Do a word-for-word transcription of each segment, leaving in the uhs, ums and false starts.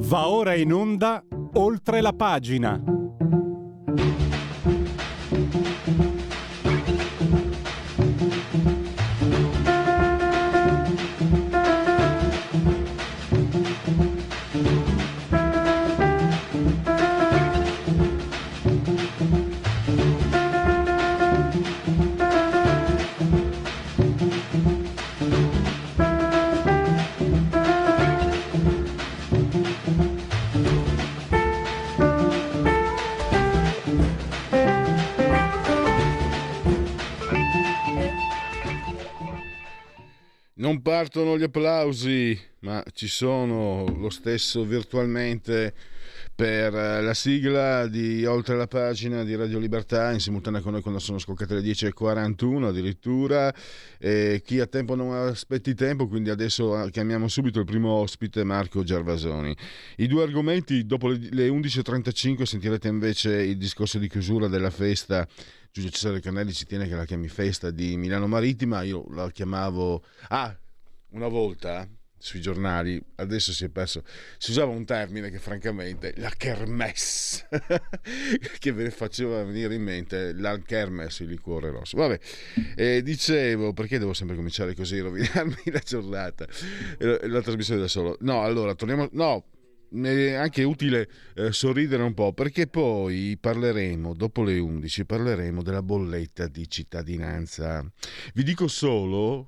Va ora in onda Oltre la pagina. Non partono gli applausi, ma ci sono lo stesso virtualmente per la sigla di Oltre la pagina di Radio Libertà, in simultanea con noi quando sono scoccate le dieci e quarantuno addirittura. E chi ha tempo non aspetti tempo, quindi adesso chiamiamo subito il primo ospite, Marco Gervasoni. I due argomenti, dopo le undici e trentacinque sentirete invece il discorso di chiusura della festa. Giulio Cesare Carnelli ci tiene che la chiami festa di Milano Marittima, io la chiamavo ah una volta sui giornali, adesso si è perso, si usava un termine che francamente, la kermesse che ve faceva venire in mente la kermesse, il liquore rosso. Vabbè, eh, dicevo, perché devo sempre cominciare così, rovinarmi la giornata e la trasmissione da solo. No, allora torniamo, no, è anche utile eh, sorridere un po', perché poi parleremo, dopo le undici, parleremo della bolletta di cittadinanza. Vi dico solo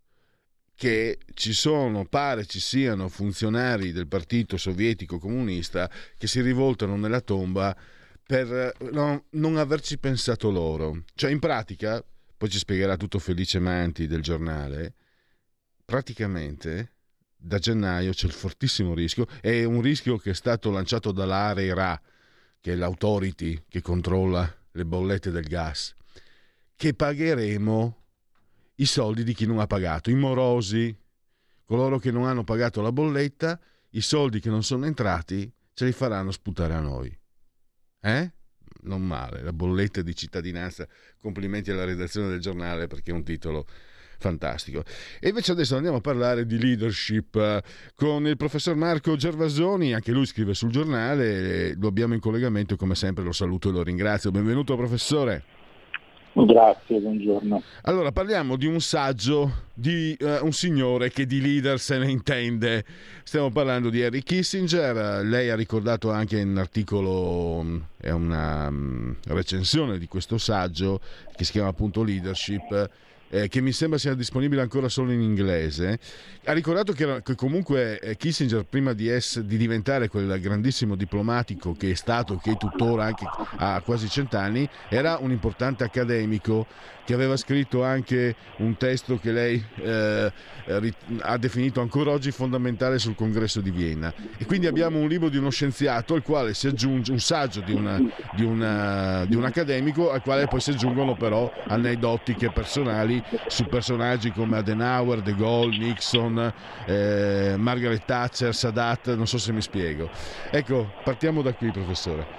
che ci sono, pare ci siano funzionari del partito sovietico comunista che si rivoltano nella tomba per no, non averci pensato loro. Cioè, in pratica, poi ci spiegherà tutto Felice Manti del giornale, praticamente da gennaio c'è il fortissimo rischio, è un rischio che è stato lanciato dall'ARERA, che è l'autority che controlla le bollette del gas, che pagheremo i soldi di chi non ha pagato, i morosi, coloro che non hanno pagato la bolletta, i soldi che non sono entrati ce li faranno sputare a noi. Eh? Non male, la bolletta di cittadinanza. Complimenti alla redazione del giornale, perché è un titolo fantastico. E invece adesso andiamo a parlare di leadership eh, con il professor Marco Gervasoni, anche lui scrive sul giornale, lo abbiamo in collegamento, come sempre lo saluto e lo ringrazio. Benvenuto professore. Grazie, buongiorno. Allora, parliamo di un saggio di uh, un signore che di leader se ne intende. Stiamo parlando di Henry Kissinger. Lei ha ricordato anche in un articolo, è una um, recensione di questo saggio che si chiama appunto Leadership, eh, che mi sembra sia disponibile ancora solo in inglese. Ha ricordato che, era, che comunque eh, Kissinger, prima di, essere, di diventare quel grandissimo diplomatico che è stato, che è tuttora anche a quasi cent'anni, era un importante accademico che aveva scritto anche un testo che lei eh, ha definito ancora oggi fondamentale sul congresso di Vienna. E quindi abbiamo un libro di uno scienziato al quale si aggiunge un saggio di, una, di, una, di un accademico, al quale poi si aggiungono però aneddotiche personali su personaggi come Adenauer, De Gaulle, Nixon, eh, Margaret Thatcher, Sadat, non so se mi spiego. Ecco, partiamo da qui, professore.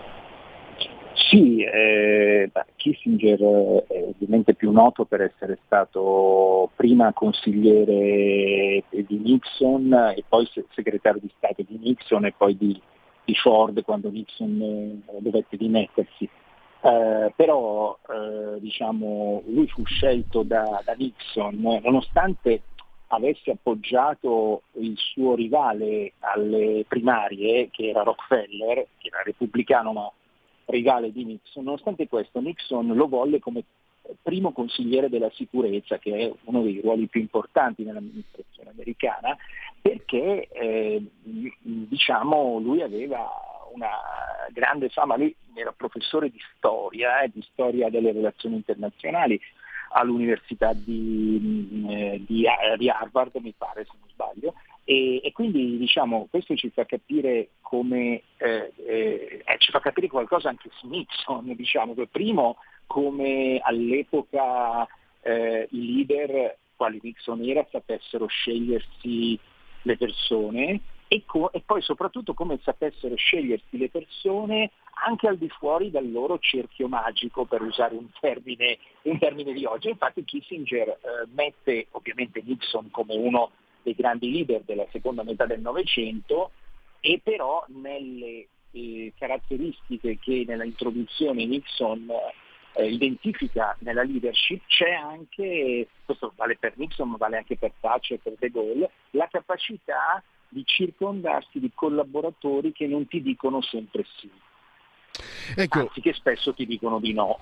Sì, eh, Kissinger è ovviamente più noto per essere stato prima consigliere di Nixon e poi segretario di Stato di Nixon e poi di, di Ford quando Nixon eh, dovette dimettersi. Eh, però eh, diciamo, lui fu scelto da, da Nixon nonostante avesse appoggiato il suo rivale alle primarie, che era Rockefeller, che era repubblicano ma rivale di Nixon. Nonostante questo Nixon lo volle come primo consigliere della sicurezza, che è uno dei ruoli più importanti nell'amministrazione americana, perché eh, diciamo lui aveva una grande fama, lui era professore di storia, eh, di storia delle relazioni internazionali all'università di, eh, di, di Harvard, mi pare, se non sbaglio, e, e quindi diciamo questo ci fa capire come eh, eh, ci fa capire qualcosa anche su Nixon, diciamo che primo come all'epoca eh, i leader quali Nixon era sapessero scegliersi le persone e, co- e poi soprattutto come sapessero scegliersi le persone anche al di fuori dal loro cerchio magico, per usare un termine, un termine di oggi. Infatti Kissinger eh, mette ovviamente Nixon come uno dei grandi leader della seconda metà del Novecento, e però nelle eh, caratteristiche che nella introduzione Nixon eh, identifica nella leadership c'è anche, questo vale per Nixon ma vale anche per Thatcher e per De Gaulle, la capacità di circondarsi di collaboratori che non ti dicono sempre sì, ecco. Anzi che spesso ti dicono di no.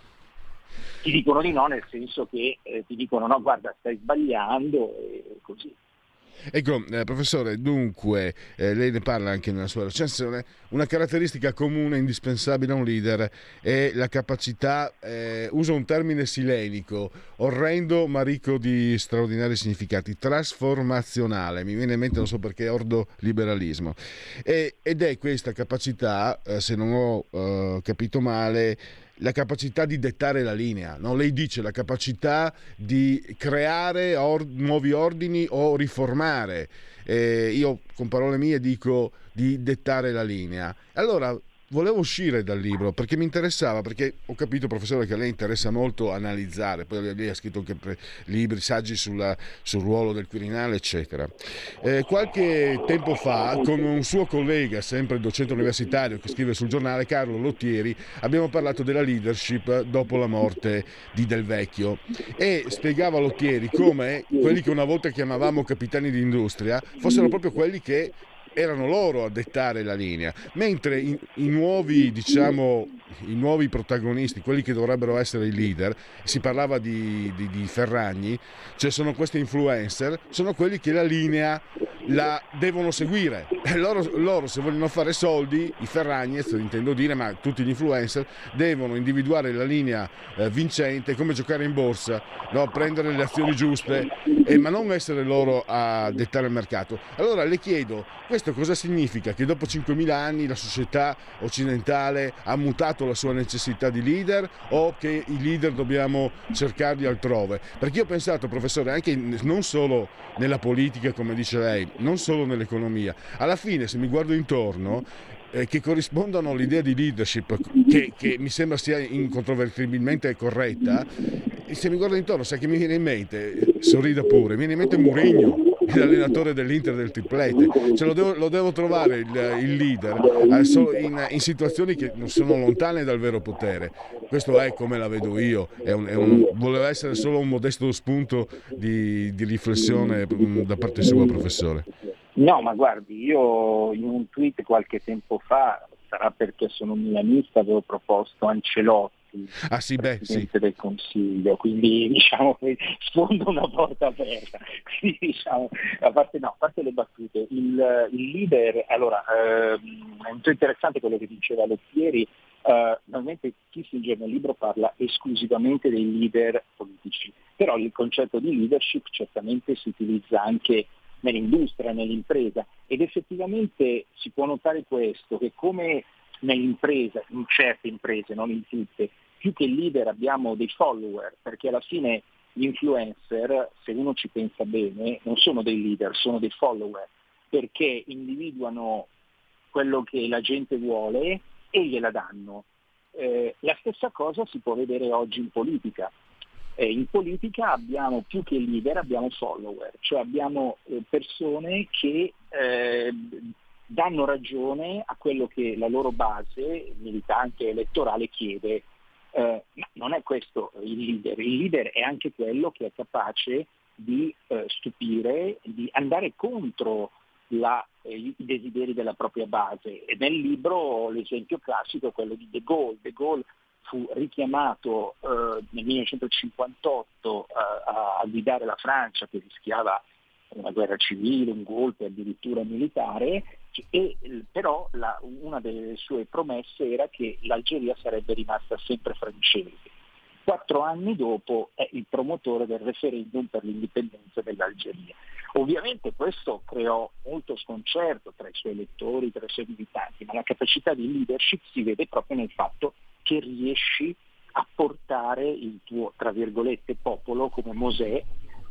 Ti dicono di no nel senso che eh, ti dicono no, guarda, stai sbagliando e così. Ecco, eh, professore, dunque, eh, lei ne parla anche nella sua recensione, una caratteristica comune e indispensabile a un leader è la capacità, eh, uso un termine silenico, orrendo ma ricco di straordinari significati, trasformazionale, mi viene in mente, non so perché, ordoliberalismo, e, ed è questa capacità, eh, se non ho eh, capito male, la capacità di dettare la linea, no? Lei dice la capacità di creare or- nuovi ordini o riformare, eh, io con parole mie dico di dettare la linea. Allora volevo uscire dal libro perché mi interessava, perché ho capito, professore, che a lei interessa molto analizzare, poi lei ha scritto anche pre- libri, saggi sulla, sul ruolo del Quirinale, eccetera. Eh, qualche tempo fa, con un suo collega, sempre docente universitario, che scrive sul giornale, Carlo Lottieri, abbiamo parlato della leadership dopo la morte di Del Vecchio e spiegava Lottieri come quelli che una volta chiamavamo capitani di industria fossero proprio quelli che erano loro a dettare la linea, mentre i, i nuovi, diciamo, i nuovi protagonisti, quelli che dovrebbero essere i leader, si parlava di, di, di Ferragni, cioè sono questi influencer, sono quelli che la linea la devono seguire. E loro, loro se vogliono fare soldi, i Ferragni, intendo dire, ma tutti gli influencer, devono individuare la linea eh, vincente, come giocare in borsa, no? Prendere le azioni giuste, eh, ma non essere loro a dettare il mercato. Allora le chiedo, questo cosa significa? Che dopo cinquemila anni la società occidentale ha mutato la sua necessità di leader, o che i leader dobbiamo cercarli altrove? Perché io ho pensato, professore, anche in, non solo nella politica, come dice lei, non solo nell'economia, alla fine se mi guardo intorno, eh, che corrispondano all'idea di leadership che, che mi sembra sia incontrovertibilmente corretta, se mi guardo intorno, sai che mi viene in mente, sorrida pure, mi viene in mente Mourinho, l'allenatore dell'Inter del triplete, cioè lo devo, lo devo trovare il, il leader eh, solo in, in situazioni che non sono lontane dal vero potere. Questo è come la vedo io, è un, è un, voleva essere solo un modesto spunto di, di riflessione mh, da parte sua, professore. No, ma guardi, io in un tweet qualche tempo fa, sarà perché sono milanista, avevo proposto Ancelotti, ah, sì, beh, Presidente sì. del Consiglio, quindi diciamo che sfondo una porta aperta. Quindi, diciamo, a parte, no, a parte le battute, il, il leader, allora, ehm, è molto interessante quello che diceva Lottieri. Uh, normalmente Kissinger nel libro parla esclusivamente dei leader politici, però il concetto di leadership certamente si utilizza anche nell'industria, nell'impresa, ed effettivamente si può notare questo, che come nell'impresa, in certe imprese, non in tutte, più che leader abbiamo dei follower, perché alla fine gli influencer, se uno ci pensa bene, non sono dei leader, sono dei follower, perché individuano quello che la gente vuole e gliela danno. Eh, la stessa cosa si può vedere oggi in politica. Eh, in politica abbiamo più che leader, abbiamo follower, cioè abbiamo eh, persone che eh, danno ragione a quello che la loro base militante elettorale chiede. Eh, ma non è questo il leader, il leader è anche quello che è capace di eh, stupire, di andare contro la, eh, i desideri della propria base. E nel libro l'esempio classico è quello di De Gaulle. De Gaulle fu richiamato eh, nel millenovecentocinquantotto eh, a, a guidare la Francia, che rischiava una guerra civile, un golpe addirittura militare, e però la, una delle sue promesse era che l'Algeria sarebbe rimasta sempre francese. Quattro anni dopo è il promotore del referendum per l'indipendenza dell'Algeria. Ovviamente questo creò molto sconcerto tra i suoi elettori, tra i suoi militanti, ma la capacità di leadership si vede proprio nel fatto che riesci a portare il tuo, tra virgolette, popolo come Mosè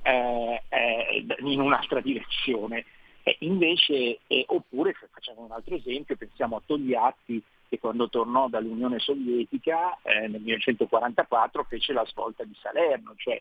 eh, eh, in un'altra direzione. E invece, eh, oppure, se facciamo un altro esempio, pensiamo a Togliatti, che quando tornò dall'Unione Sovietica eh, nel millenovecentoquarantaquattro fece la svolta di Salerno, cioè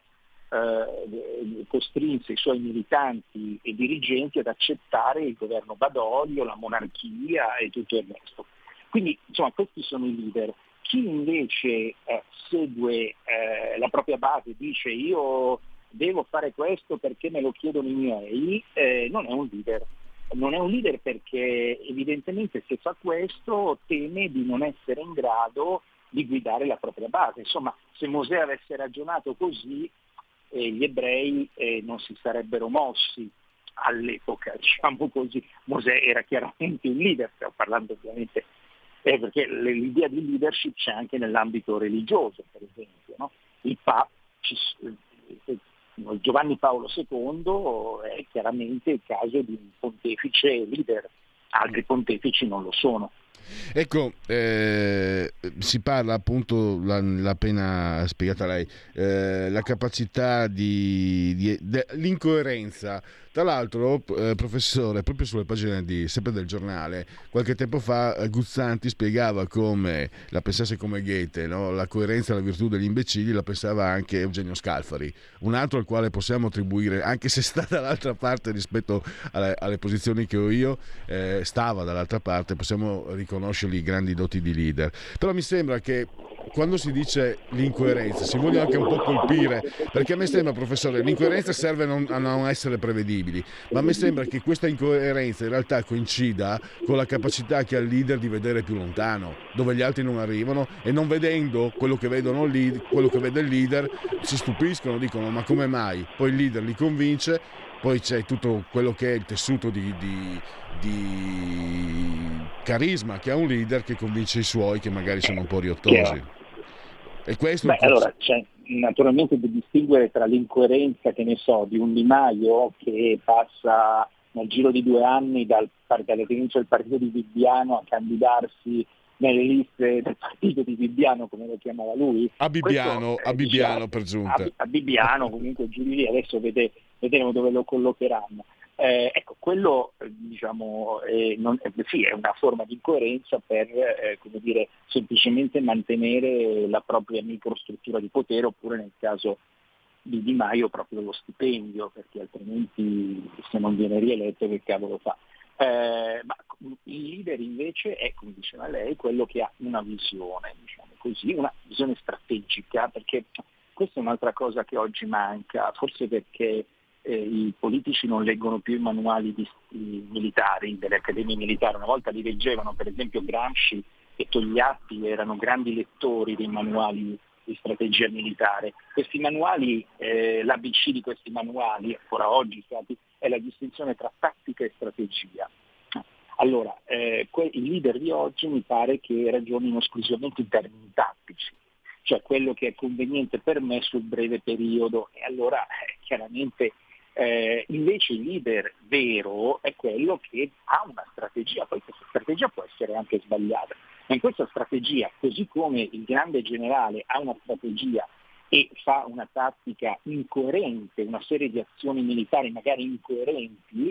eh, costrinse i suoi militanti e dirigenti ad accettare il governo Badoglio, la monarchia e tutto il resto. Quindi insomma questi sono i leader. Chi invece eh, segue eh, la propria base, dice io devo fare questo perché me lo chiedono i miei, eh, non è un leader. Non è un leader perché evidentemente se fa questo teme di non essere in grado di guidare la propria base. Insomma, se Mosè avesse ragionato così, eh, gli ebrei eh, non si sarebbero mossi all'epoca, diciamo così. Mosè era chiaramente un leader, stiamo parlando ovviamente, eh, perché l'idea di leadership c'è anche nell'ambito religioso, per esempio, no? Il Papa, Giovanni Paolo secondo è chiaramente il caso di un pontefice leader, altri pontefici non lo sono. Ecco, eh, si parla appunto, l'ha, l'ha appena spiegata lei, eh, la capacità di, di de, l'incoerenza. Tra l'altro, eh, professore, proprio sulle pagine di sempre del giornale, qualche tempo fa eh, Guzzanti spiegava come la pensasse come Goethe, no? La coerenza è la virtù degli imbecilli, la pensava anche Eugenio Scalfari, un altro al quale possiamo attribuire, anche se sta dall'altra parte rispetto alle, alle posizioni che ho io, eh, stava dall'altra parte, possiamo riconoscergli grandi doti di leader. Però mi sembra che quando si dice l'incoerenza si voglia anche un po' colpire, perché a me sembra, professore, l'incoerenza serve a non, a non essere prevedibili, ma a me sembra che questa incoerenza in realtà coincida con la capacità che ha il leader di vedere più lontano, dove gli altri non arrivano, e non vedendo quello che vedono lì, quello che vede il leader, si stupiscono, dicono ma come mai? Poi il leader li convince, poi c'è tutto quello che è il tessuto di, di, di carisma che ha un leader che convince i suoi, che magari sono un po' riottosi. E questo Beh, è il... allora c'è naturalmente da distinguere tra l'incoerenza, che ne so, di un Di Maio che passa nel giro di due anni dal, dall'inizio del partito di Bibbiano a candidarsi nelle liste del partito di Bibbiano, come lo chiamava lui. A Bibbiano, Questo, a eh, Bibbiano diciamo, per giunta. A, a Bibbiano, comunque giù di lì, adesso vede, vedremo dove lo collocheranno. Eh, ecco, quello eh, diciamo eh, non, eh, sì, è una forma di incoerenza per eh, come dire, semplicemente mantenere la propria microstruttura di potere, oppure nel caso di Di Maio proprio lo stipendio, perché altrimenti se non viene rieletto che cavolo fa? Eh, ma il leader invece è, come diceva lei, quello che ha una visione, diciamo così, una visione strategica, perché questa è un'altra cosa che oggi manca, forse perché Eh, i politici non leggono più i manuali di, di militari, delle accademie militari. Una volta li leggevano, per esempio Gramsci e Togliatti erano grandi lettori dei manuali di strategia militare. Questi manuali, eh, l'A B C di questi manuali, ancora oggi è la distinzione tra tattica e strategia. Allora, eh, que- i leader di oggi mi pare che ragionino esclusivamente in termini tattici, cioè quello che è conveniente per me sul breve periodo, e allora eh, chiaramente Eh, invece il leader vero è quello che ha una strategia, poi questa strategia può essere anche sbagliata, ma in questa strategia, così come il grande generale ha una strategia e fa una tattica incoerente, una serie di azioni militari magari incoerenti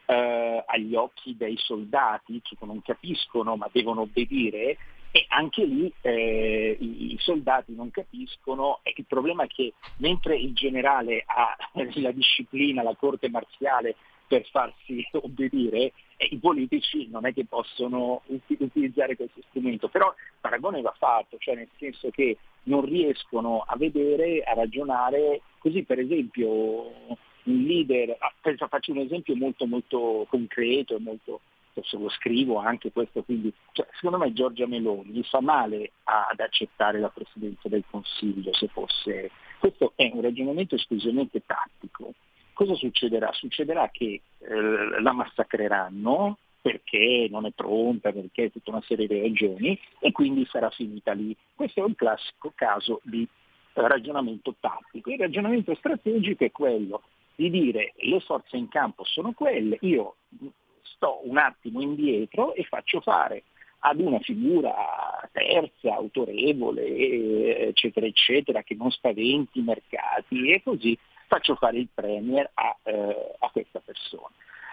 eh, agli occhi dei soldati che non capiscono ma devono obbedire, e anche lì eh, i, i soldati non capiscono, e il problema è che mentre il generale ha la disciplina, la corte marziale per farsi obbedire, eh, i politici non è che possono ut- utilizzare questo strumento, però il paragone va fatto, cioè nel senso che non riescono a vedere, a ragionare, così per esempio un leader, penso, faccio un esempio molto molto concreto e molto, se lo scrivo anche questo, quindi cioè, secondo me Giorgia Meloni gli fa male a, ad accettare la Presidenza del Consiglio, se fosse, questo è un ragionamento esclusivamente tattico. Cosa succederà? Succederà che eh, la massacreranno perché non è pronta, perché tutta una serie di ragioni, e quindi sarà finita lì. Questo è un classico caso di eh, ragionamento tattico. Il ragionamento strategico è quello di dire le forze in campo sono quelle, io sto un attimo indietro e faccio fare ad una figura terza, autorevole, eccetera, eccetera, che non spaventi i mercati, e così faccio fare il premier a, eh, a questa persona.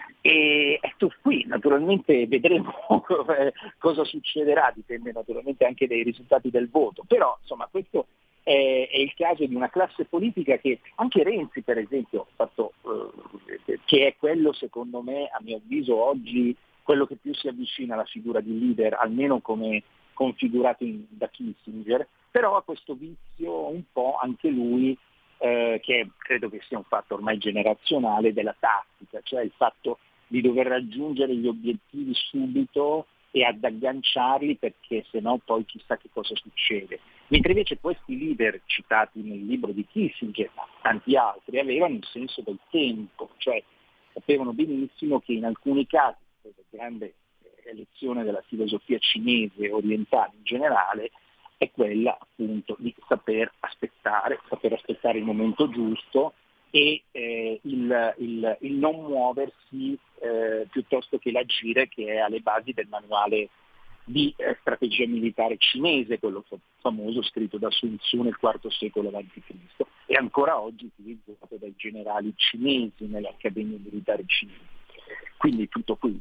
E ecco, qui naturalmente vedremo cosa succederà, dipende naturalmente anche dai risultati del voto, però insomma questo è, è il caso di una classe politica che anche Renzi per esempio ha fatto, eh, che è quello secondo me a mio avviso oggi quello che più si avvicina alla figura di leader, almeno come configurato in, da Kissinger, però ha questo vizio un po' anche lui, eh, che credo che sia un fatto ormai generazionale, della tattica, cioè il fatto di dover raggiungere gli obiettivi subito e ad agganciarli perché sennò poi chissà che cosa succede. Mentre invece questi leader citati nel libro di Kissinger, ma tanti altri, avevano il senso del tempo, cioè sapevano benissimo che in alcuni casi, questa grande lezione della filosofia cinese orientale in generale, è quella appunto di saper aspettare, saper aspettare il momento giusto e eh, il, il, il non muoversi eh, piuttosto che l'agire, che è alle basi del manuale di eh, strategia militare cinese, quello famoso scritto da Sun Tzu nel quarto secolo avanti Cristo e ancora oggi utilizzato dai generali cinesi nelle accademie militari cinesi. Quindi tutto qui.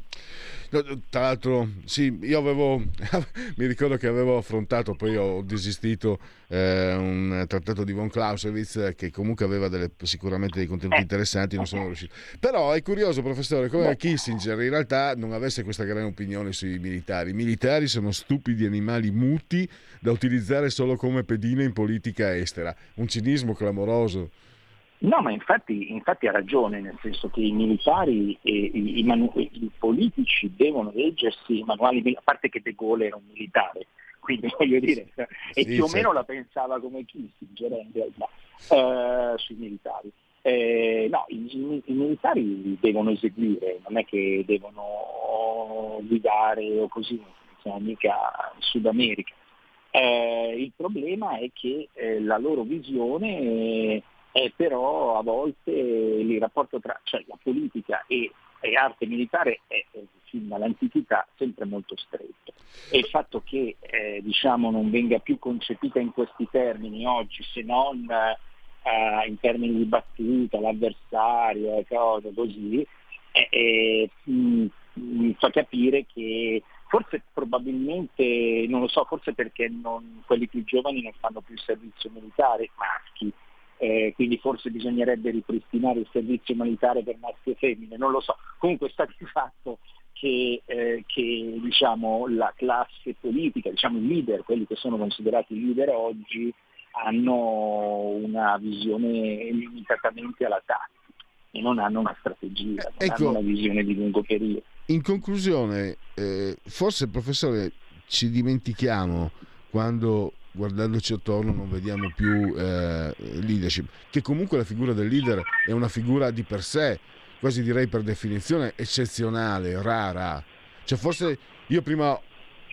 Tra l'altro, sì, io avevo, mi ricordo che avevo affrontato, poi ho desistito, eh, un trattato di von Clausewitz che comunque aveva delle, sicuramente dei contenuti interessanti, non sono riuscito. Però è curioso, professore, come Kissinger in realtà non avesse questa grande opinione sui militari. I militari sono stupidi animali muti da utilizzare solo come pedine in politica estera. Un cinismo clamoroso. No, ma infatti, infatti ha ragione, nel senso che i militari e i, i, manu- i politici devono leggersi i manuali, a parte che De Gaulle era un militare, quindi voglio dire, sì, e più o certo. meno la pensava come Kissinger in realtà, eh, sui militari. Eh, no, i, i, i militari devono eseguire, non è che devono guidare o così, non siamo mica in Sud America. Eh, il problema è che eh, la loro visione... Eh, Eh, però a volte il rapporto tra cioè, la politica e, e arte militare è, è fin dall'antichità sempre molto stretto. E il fatto che eh, diciamo, non venga più concepita in questi termini oggi, se non eh, in termini di battuta, l'avversario e cose così, eh, eh, mh, mh, fa capire che forse probabilmente, non lo so, forse perché non, quelli più giovani non fanno più il servizio militare, maschi. Eh, quindi forse bisognerebbe ripristinare il servizio militare per maschi e femmine, non lo so. Comunque sta di fatto che, eh, che diciamo, la classe politica, diciamo i leader, quelli che sono considerati leader oggi, hanno una visione limitatamente alla tattica e non hanno una strategia, non ecco, hanno una visione di lungo periodo. In conclusione, eh, forse professore ci dimentichiamo quando guardandoci attorno non vediamo più eh, leadership, che comunque la figura del leader è una figura di per sé, quasi direi per definizione eccezionale, rara. Cioè forse io prima ho,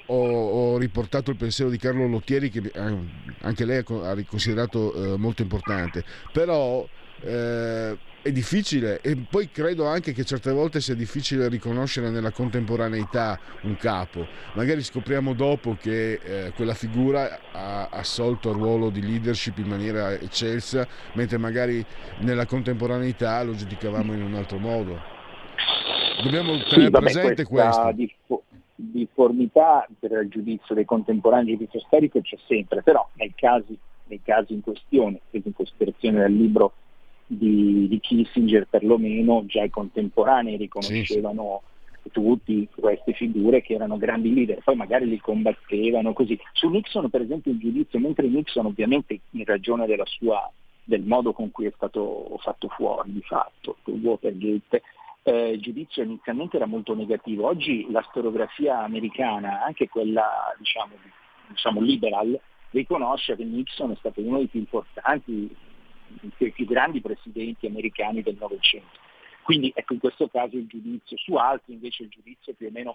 ho riportato il pensiero di Carlo Lottieri, che anche lei ha riconsiderato eh, molto importante, però eh, è difficile, e poi credo anche che certe volte sia difficile riconoscere nella contemporaneità un capo. Magari scopriamo dopo che eh, quella figura ha assolto il ruolo di leadership in maniera eccelsa, mentre magari nella contemporaneità lo giudicavamo in un altro modo. Dobbiamo tenere sì, vabbè, presente questo. Diffo- difformità per il giudizio dei contemporanei, il giudizio storico c'è sempre, però nei casi, nei casi in questione, preso in considerazione dal libro Di, di Kissinger, perlomeno già i contemporanei riconoscevano sì. tutti queste figure che erano grandi leader, poi magari li combattevano così. Su Nixon per esempio il giudizio, mentre Nixon ovviamente in ragione della sua, del modo con cui è stato fatto fuori di fatto, il Watergate, eh, il giudizio inizialmente era molto negativo. Oggi la storiografia americana, anche quella diciamo, diciamo liberal, riconosce che Nixon è stato uno dei più importanti, i più grandi presidenti americani del Novecento. Quindi ecco, in questo caso il giudizio, su altri invece il giudizio più o meno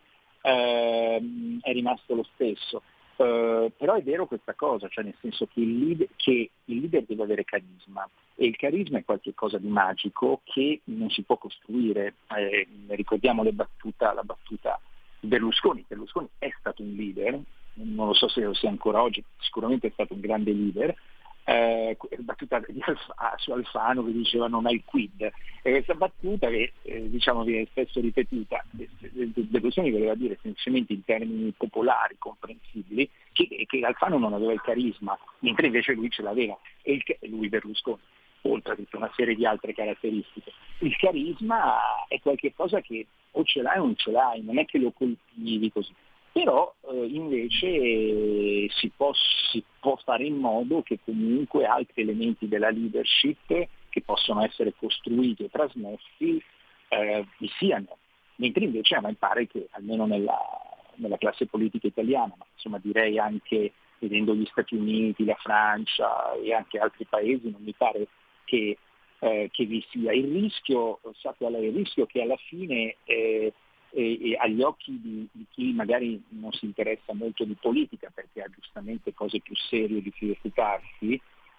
ehm, è rimasto lo stesso. Uh, però è vero questa cosa, cioè nel senso che il, leader, che il leader deve avere carisma, e il carisma è qualcosa di magico che non si può costruire. Eh, ricordiamo le battuta, la battuta di Berlusconi. Berlusconi è stato un leader, non lo so se lo sia ancora oggi, sicuramente è stato un grande leader, eh, battuta di Alfa, su Alfano che diceva non hai il quid, e questa battuta che eh, diciamo viene spesso ripetuta, Berlusconi voleva dire semplicemente in termini popolari, comprensibili, che, che Alfano non aveva il carisma, mentre invece lui ce l'aveva, e il, lui Berlusconi, oltre a tutta una serie di altre caratteristiche. Il carisma è qualcosa che o ce l'hai o non ce l'hai, non è che lo coltivi così. Però eh, invece eh, si, può, si può fare in modo che comunque altri elementi della leadership che possono essere costruiti e trasmessi eh, vi siano, mentre invece a me pare che almeno nella, nella classe politica italiana, ma insomma direi anche vedendo gli Stati Uniti, la Francia e anche altri paesi, non mi pare che, eh, che vi sia. Il rischio, sa qual è il rischio? Che alla fine eh, E, e agli occhi di, di chi magari non si interessa molto di politica perché ha giustamente cose più serie di cui occuparsi,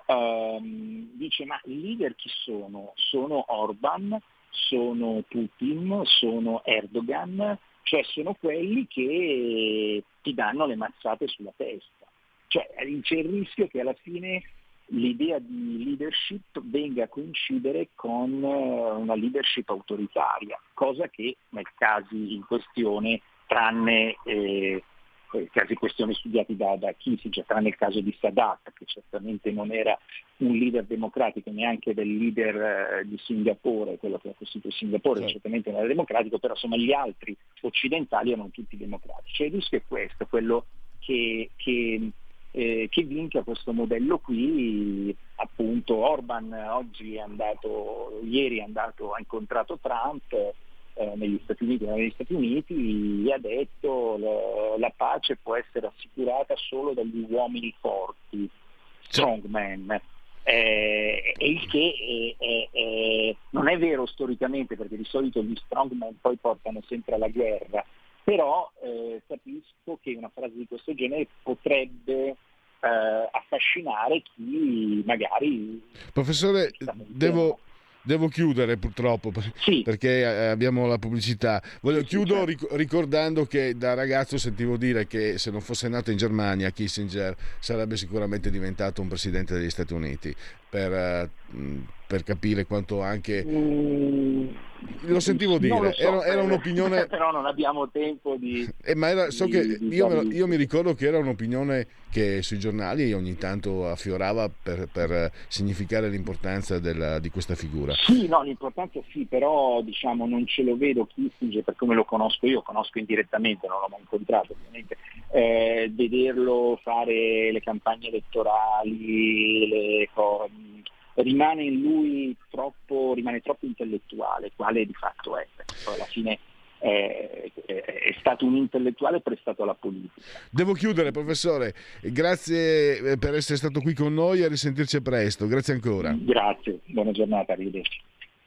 ehm, dice ma i leader chi sono? Sono Orban, sono Putin, sono Erdogan, cioè sono quelli che ti danno le mazzate sulla testa. Cioè c'è il rischio che alla fine l'idea di leadership venga a coincidere con una leadership autoritaria, cosa che nei casi in questione, tranne eh, casi in questione studiati da, da Kissinger, tranne il caso di Sadat, che certamente non era un leader democratico neanche del leader eh, di Singapore, quello che ha costituito Singapore, sì. Certamente non era democratico, però insomma gli altri occidentali erano tutti democratici. Il rischio è questo, quello che, che Eh, che vinca questo modello qui. Appunto Orban oggi è andato, ieri è andato, ha incontrato Trump eh, negli Stati Uniti, negli Stati Uniti e ha detto la, la pace può essere assicurata solo dagli uomini forti, strongman. Eh, e il che è, è, è, non è vero storicamente, perché di solito gli strongman poi portano sempre alla guerra, però eh, capisco che una frase di questo genere potrebbe eh, affascinare chi magari... Professore, devo, devo chiudere purtroppo, sì. Perché abbiamo la pubblicità. Voglio, sì, chiudo certo. Ricordando che da ragazzo sentivo dire che se non fosse nato in Germania Kissinger sarebbe sicuramente diventato un presidente degli Stati Uniti, per, per capire quanto anche... Mm. Lo sentivo dire, lo so, era, era un'opinione, però non abbiamo tempo di. Eh, ma era, so di, che di io, me, io mi ricordo che era un'opinione che sui giornali ogni tanto affiorava per, per significare l'importanza della, di questa figura. Sì, no, l'importanza sì, però diciamo non ce lo vedo Kissinger per come lo conosco io, conosco indirettamente, non l'ho mai incontrato ovviamente. Eh, vederlo fare le campagne elettorali, le cose. Rimane in lui troppo, rimane troppo intellettuale, quale di fatto è, perché alla fine è, è stato un intellettuale prestato alla politica. Devo chiudere, professore, grazie per essere stato qui con noi, a risentirci presto, grazie ancora. Grazie, buona giornata, arrivederci.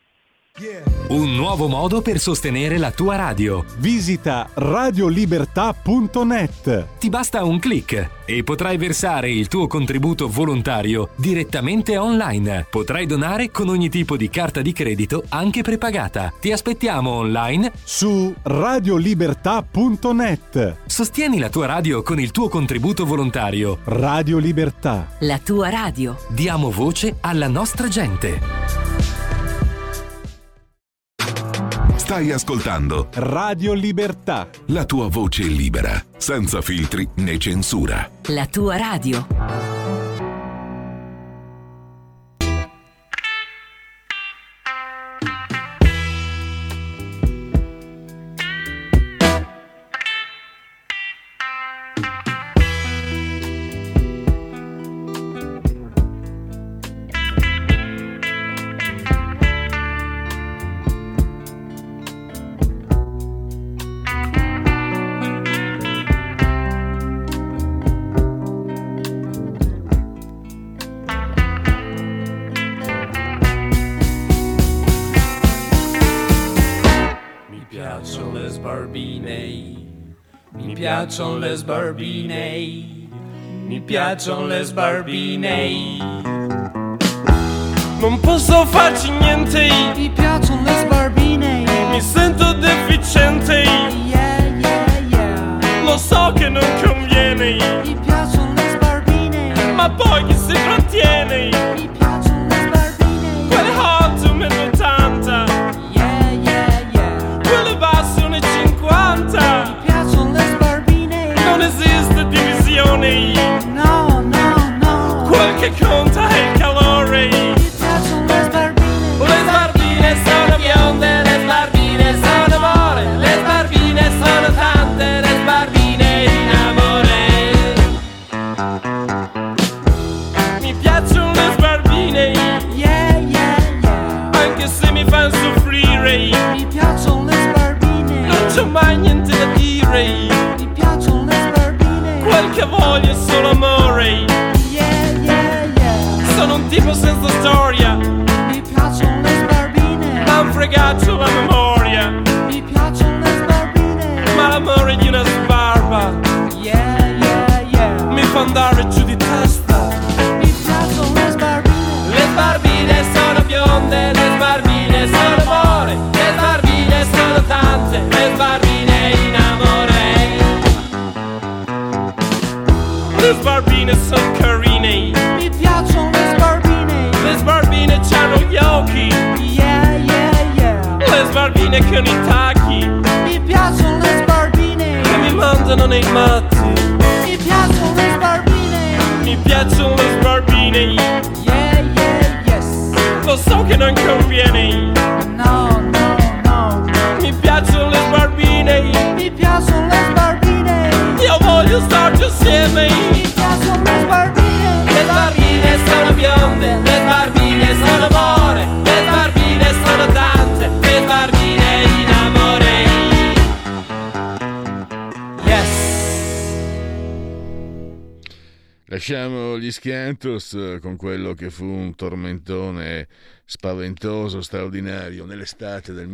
Un nuovo modo per sostenere la tua radio. Visita radiolibertà punto net. Ti basta un click e potrai versare il tuo contributo volontario direttamente online. Potrai donare con ogni tipo di carta di credito, anche prepagata. Ti aspettiamo online su radiolibertà punto net. Sostieni la tua radio con il tuo contributo volontario. Radio Libertà. La tua radio. Diamo voce alla nostra gente. Stai ascoltando Radio Libertà, la tua voce libera, senza filtri né censura. La tua radio. Mi piacciono le sbarbine, mi piacciono le sbarbine. Non posso farci niente, mi piacciono le sbarbine. Mi sento deficiente, yeah, yeah, yeah. Lo so che non conviene, mi piacciono le sbarbine. Ma poi chi si trattiene? ragazzo la memoria, Mi piacciono le sbarbine. ma l'amore di una sbarba Yeah, yeah, yeah. mi fa andare giù di testa. Mi piacciono le sbarbine. Le sbarbine sono bionde, le sbarbine sono amore, le sbarbine sono tante, le sbarbine in amore. Le sbarbine sono carine, Mi piacciono le sbarbine. le sbarbine c'hanno gli occhi, Yeah, yeah, yeah. le sbarbine con i tacchi Mi piacciono le sbarbine. che mi mandano nei matti. Mi piacciono le sbarbine. Mi piacciono le sbarbine, Yeah, yeah, yes. lo so che non conviene. No, no, no. Mi piacciono le sbarbine, Mi piacciono le sbarbine. io voglio starci assieme. Mi piacciono le sbarbine. Le sbarbine sono bionde, le sbarbine sono amore, le sbarbine sono tante, le sbarbine in amore. Yes. Lasciamo gli Schiantos con quello che fu un tormentone spaventoso, straordinario, nell'estate del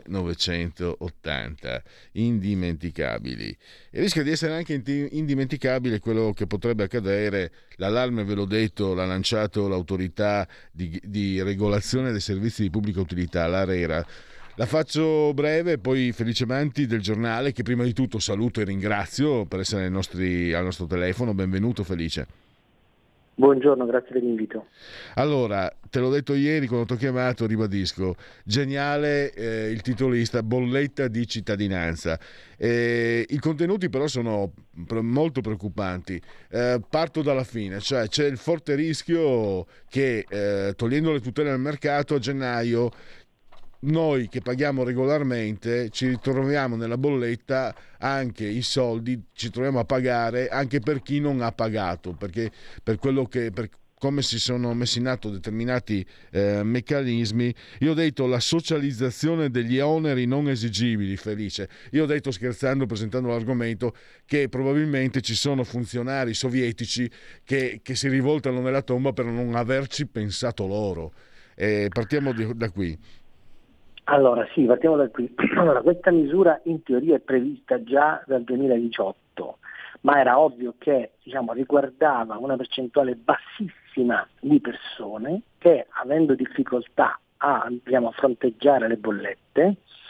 millenovecentottanta. Indimenticabili. E rischia di essere anche indimenticabile quello che potrebbe accadere. L'allarme, ve l'ho detto, l'ha lanciato l'autorità di, di regolazione dei servizi di pubblica utilità, l'ARERA. La faccio breve, poi Felice Manti del Giornale, che prima di tutto saluto e ringrazio per essere ai nostri, al nostro telefono. Benvenuto Felice. Buongiorno, grazie per l'invito. Allora, te l'ho detto ieri quando ti ho chiamato, ribadisco, geniale eh, il titolista, bolletta di cittadinanza. Eh, I contenuti però sono molto preoccupanti. Eh, parto dalla fine, cioè c'è il forte rischio che eh, togliendo le tutele al mercato a gennaio noi che paghiamo regolarmente ci ritroviamo nella bolletta anche i soldi, ci troviamo a pagare anche per chi non ha pagato, perché per quello che per come si sono messi in atto determinati eh, meccanismi. Io ho detto la socializzazione degli oneri non esigibili, Felice. Io ho detto, scherzando, presentando l'argomento, che probabilmente ci sono funzionari sovietici che, che si rivoltano nella tomba per non averci pensato loro. Eh, partiamo di, da qui. Allora sì, partiamo da qui. Allora, questa misura in teoria è prevista già dal duemiladiciotto, ma era ovvio che, diciamo, riguardava una percentuale bassissima di persone che, avendo difficoltà a, diciamo, fronteggiare le bollette,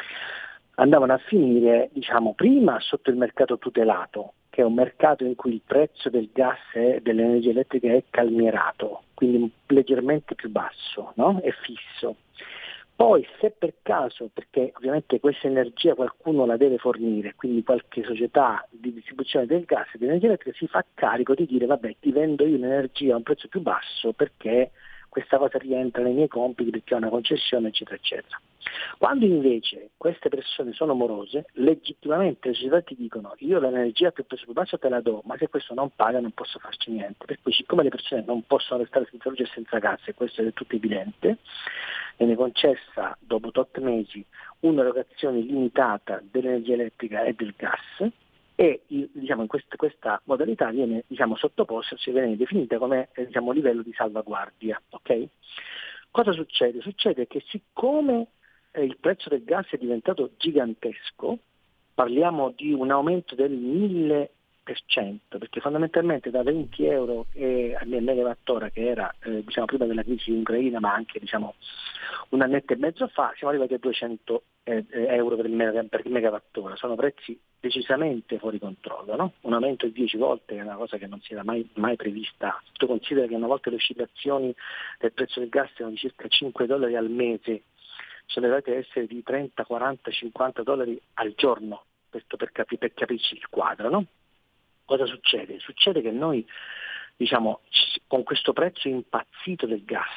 andavano a finire, diciamo, prima sotto il mercato tutelato, che è un mercato in cui il prezzo del gas e dell'energia elettrica è calmierato, quindi leggermente più basso, no? È fisso. Poi, se per caso, perché ovviamente questa energia qualcuno la deve fornire, quindi qualche società di distribuzione del gas e dell'energia elettrica si fa carico di dire vabbè, ti vendo io l'energia a un prezzo più basso perché questa cosa rientra nei miei compiti, perché ho una concessione, eccetera, eccetera. Quando invece queste persone sono morose, legittimamente le società ti dicono io l'energia a più prezzo più basso te la do, ma se questo non paga non posso farci niente. Per cui, siccome le persone non possono restare senza luce e senza gas, e questo è del tutto evidente, viene concessa dopo tot mesi un'erogazione limitata dell'energia elettrica e del gas, e diciamo, in quest- questa modalità viene, diciamo, sottoposta, cioè viene definita come eh, diciamo, livello di salvaguardia. Okay? Cosa succede? Succede che siccome eh, il prezzo del gas è diventato gigantesco, parliamo di un aumento del mille per cento, perché fondamentalmente da venti euro e, al megawattora, che era eh, diciamo, prima della crisi in Ucraina, ma anche diciamo, un annetto e mezzo fa, siamo arrivati a duecento euro per il, mega, per il megawattora. Sono prezzi decisamente fuori controllo, no? Un aumento di dieci volte è una cosa che non si era mai, mai prevista. Tu considera che una volta le oscillazioni del prezzo del gas erano di circa cinque dollari al mese, sono arrivati a essere di trenta, quaranta, cinquanta dollari al giorno, questo per, capi, per capirci il quadro, no? Cosa succede? Succede che noi, diciamo, con questo prezzo impazzito del gas,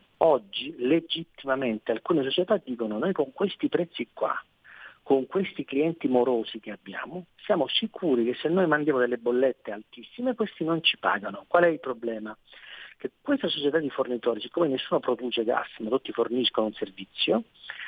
oggi legittimamente alcune società dicono noi con questi prezzi qua, con questi clienti morosi che abbiamo, siamo sicuri che se noi mandiamo delle bollette altissime questi non ci pagano. Qual è il problema? Che questa società di fornitori, siccome nessuno produce gas ma tutti forniscono un servizio,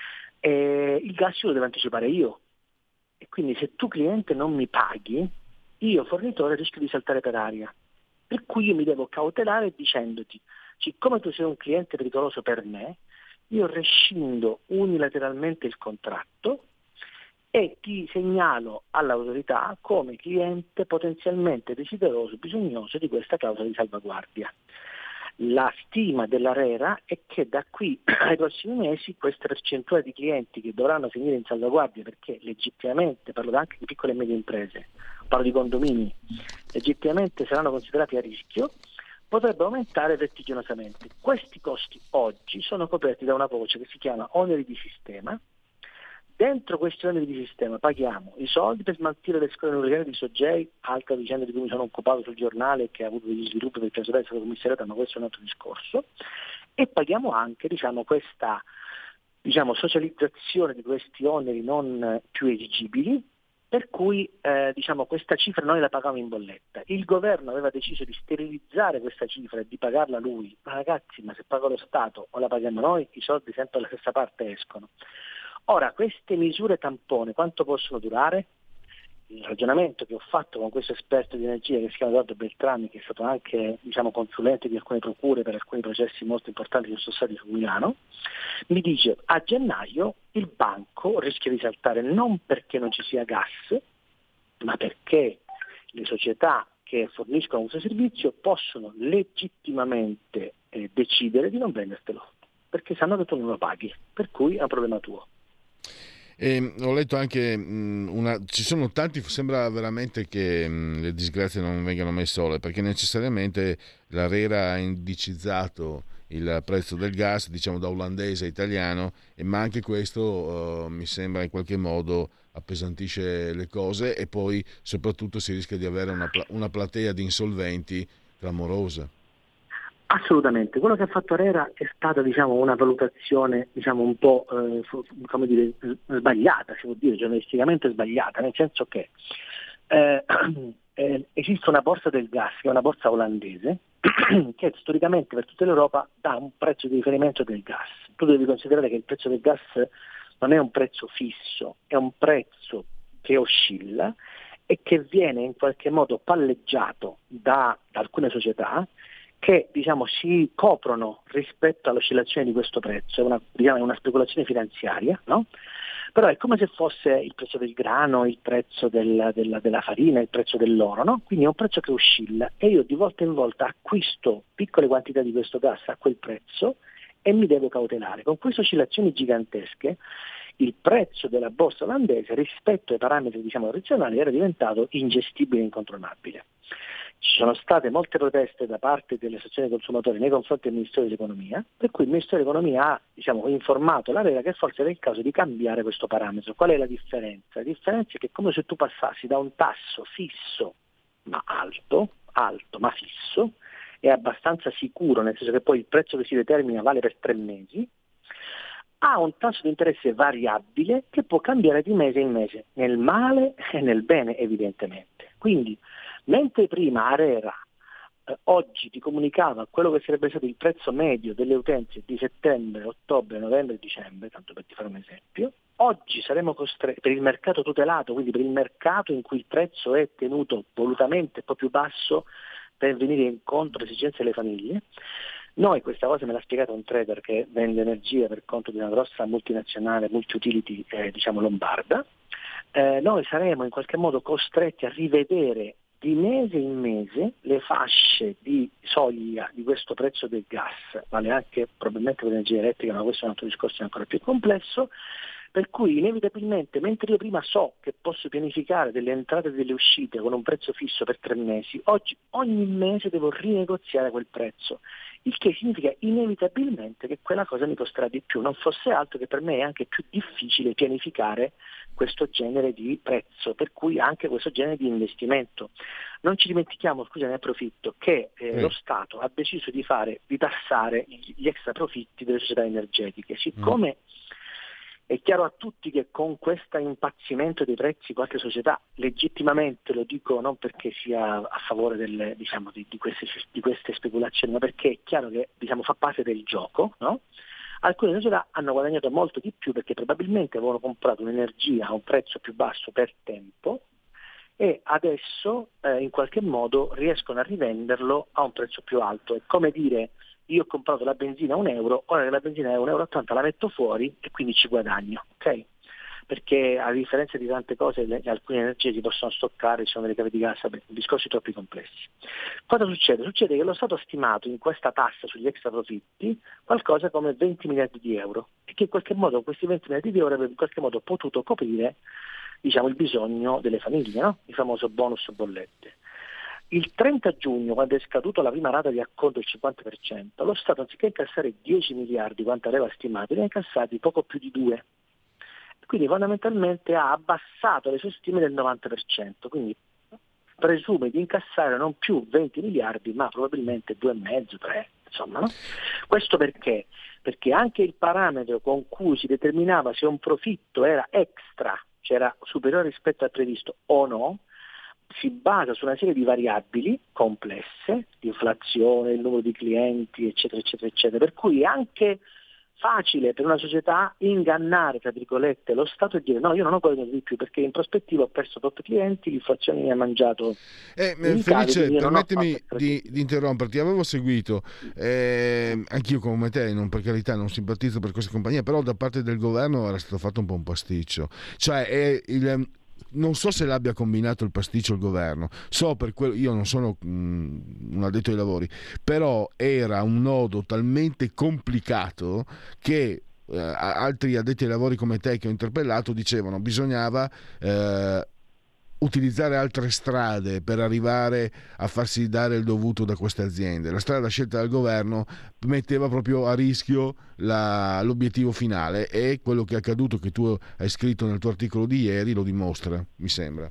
eh, il gas io lo devo anticipare io, e quindi se tu cliente non mi paghi, io fornitore rischio di saltare per aria, per cui io mi devo cautelare dicendoti, siccome tu sei un cliente pericoloso per me, io rescindo unilateralmente il contratto e ti segnalo all'autorità come cliente potenzialmente desideroso, bisognoso di questa clausola di salvaguardia. La stima dell'ARERA è che da qui ai prossimi mesi queste percentuali di clienti che dovranno finire in salvaguardia, perché legittimamente, parlo anche di piccole e medie imprese, parlo di condomini, legittimamente saranno considerati a rischio, potrebbe aumentare vertiginosamente. Questi costi oggi sono coperti da una voce che si chiama oneri di sistema. Dentro questi oneri di sistema paghiamo i soldi per smaltire le scuole nucleari di Sogei, altra vicenda di cui mi sono occupato sul giornale e che ha avuto degli sviluppi perché è stata commissariata, ma questo è un altro discorso, e paghiamo anche diciamo, questa diciamo, socializzazione di questi oneri non più esigibili, per cui eh, diciamo, questa cifra noi la pagavamo in bolletta. Il governo aveva deciso di sterilizzare questa cifra e di pagarla lui, ma ragazzi, ma se paga lo Stato o la paghiamo noi, i soldi sempre dalla stessa parte escono. Ora, queste misure tampone quanto possono durare? Il ragionamento che ho fatto con questo esperto di energia che si chiama Edoardo Beltrami, che è stato anche diciamo, consulente di alcune procure per alcuni processi molto importanti che sono stati su Milano, mi dice a gennaio il banco rischia di saltare non perché non ci sia gas, ma perché le società che forniscono questo servizio possono legittimamente eh, decidere di non vendertelo, perché sanno che tu non lo paghi, per cui è un problema tuo. E ho letto anche mh, una, ci sono tanti, sembra veramente che mh, le disgrazie non vengano mai sole, perché necessariamente l'ARERA ha indicizzato il prezzo del gas, diciamo da olandese a italiano, e ma anche questo uh, mi sembra in qualche modo appesantisce le cose, e poi soprattutto si rischia di avere una, una platea di insolventi clamorosa. Assolutamente, quello che ha fatto ARERA è stata diciamo, una valutazione diciamo, un po' eh, come dire, sbagliata, si può dire, giornalisticamente sbagliata, nel senso che eh, eh, esiste una borsa del gas, che è una borsa olandese, che storicamente per tutta l'Europa dà un prezzo di riferimento del gas. Tu devi considerare che il prezzo del gas non è un prezzo fisso, è un prezzo che oscilla e che viene in qualche modo palleggiato da, da alcune società che diciamo, si coprono rispetto all'oscillazione di questo prezzo, è una, diciamo, una speculazione finanziaria, no? Però è come se fosse il prezzo del grano, il prezzo del, della, della farina, il prezzo dell'oro, no? Quindi è un prezzo che oscilla e io di volta in volta acquisto piccole quantità di questo gas a quel prezzo e mi devo cautelare. Con queste oscillazioni gigantesche il prezzo della borsa olandese rispetto ai parametri diciamo, tradizionali era diventato ingestibile e incontrollabile. Ci sono state molte proteste da parte delle associazioni dei consumatori nei confronti del Ministero dell'Economia, per cui il Ministero dell'Economia ha diciamo, informato l'ARERA che forse era il caso di cambiare questo parametro. Qual è la differenza? La differenza è che è come se tu passassi da un tasso fisso ma alto, alto ma fisso, è abbastanza sicuro, nel senso che poi il prezzo che si determina vale per tre mesi, ha un tasso di interesse variabile che può cambiare di mese in mese, nel male e nel bene evidentemente. Quindi, mentre prima ARERA eh, oggi ti comunicava quello che sarebbe stato il prezzo medio delle utenze di settembre, ottobre, novembre e dicembre, tanto per ti fare un esempio, oggi saremo costretti, per il mercato tutelato, quindi per il mercato in cui il prezzo è tenuto volutamente un po' più basso per venire incontro alle esigenze delle famiglie. Noi questa cosa me l'ha spiegata un trader che vende energia per conto di una grossa multinazionale, multi-utility eh, diciamo lombarda. Eh, noi saremo in qualche modo costretti a rivedere di mese in mese le fasce di soglia di questo prezzo del gas, vale anche probabilmente per l'energia elettrica, ma questo è un altro discorso ancora più complesso, per cui inevitabilmente, mentre io prima so che posso pianificare delle entrate e delle uscite con un prezzo fisso per tre mesi, oggi ogni mese devo rinegoziare quel prezzo, il che significa inevitabilmente che quella cosa mi costerà di più, non fosse altro che per me è anche più difficile pianificare questo genere di prezzo, per cui anche questo genere di investimento. Non ci dimentichiamo, scusa ne approfitto, che eh, mm. lo Stato ha deciso di fare, di tassare gli extra profitti delle società energetiche, siccome mm. È chiaro a tutti che con questo impazzimento dei prezzi qualche società, legittimamente lo dico non perché sia a favore delle, diciamo, di, di, queste, di queste speculazioni, ma perché è chiaro che diciamo, fa parte del gioco, no? Alcune società hanno guadagnato molto di più perché probabilmente avevano comprato un'energia a un prezzo più basso per tempo e adesso eh, in qualche modo riescono a rivenderlo a un prezzo più alto. È come dire io ho comprato la benzina a un euro, ora che la benzina è un euro e ottanta la metto fuori e quindi ci guadagno, ok? Perché a differenza di tante cose le, alcune energie si possono stoccare, ci sono delle cave di gas, beh, discorsi troppo complessi. Cosa succede? Succede che lo Stato ha stimato in questa tassa sugli extra profitti qualcosa come venti miliardi di euro e che in qualche modo questi venti miliardi di euro avrebbero in qualche modo potuto coprire, diciamo, il bisogno delle famiglie, no? Il famoso bonus bollette. Il trenta giugno, quando è scaduto la prima rata di acconto del cinquanta per cento, lo Stato anziché incassare dieci miliardi quanto aveva stimato, ne ha incassati poco più di due. Quindi fondamentalmente ha abbassato le sue stime del novanta per cento, quindi presume di incassare non più venti miliardi ma probabilmente due e mezzo, tre, insomma, no? Questo perché? Perché anche il parametro con cui si determinava se un profitto era extra, cioè era superiore rispetto al previsto o no, si basa su una serie di variabili complesse, l'inflazione, il numero di clienti, eccetera, eccetera, eccetera, per cui è anche facile per una società ingannare, tra virgolette, lo Stato e dire no, io non ho guadagnato di più perché in prospettiva ho perso troppi clienti, l'inflazione mi ha mangiato. Eh, Felice, permettimi di, di interromperti, avevo seguito, eh, anch'io come te, non, per carità non simpatizzo per questa compagnia, però da parte del governo era stato fatto un po' un pasticcio, cioè è il... non so se l'abbia combinato il pasticcio il governo, so per quello, io non sono mh, un addetto ai lavori, però era un nodo talmente complicato che eh, altri addetti ai lavori come te che ho interpellato dicevano bisognava eh, utilizzare altre strade per arrivare a farsi dare il dovuto da queste aziende. La strada scelta dal governo metteva proprio a rischio la, l'obiettivo finale e quello che è accaduto, che tu hai scritto nel tuo articolo di ieri, lo dimostra, mi sembra.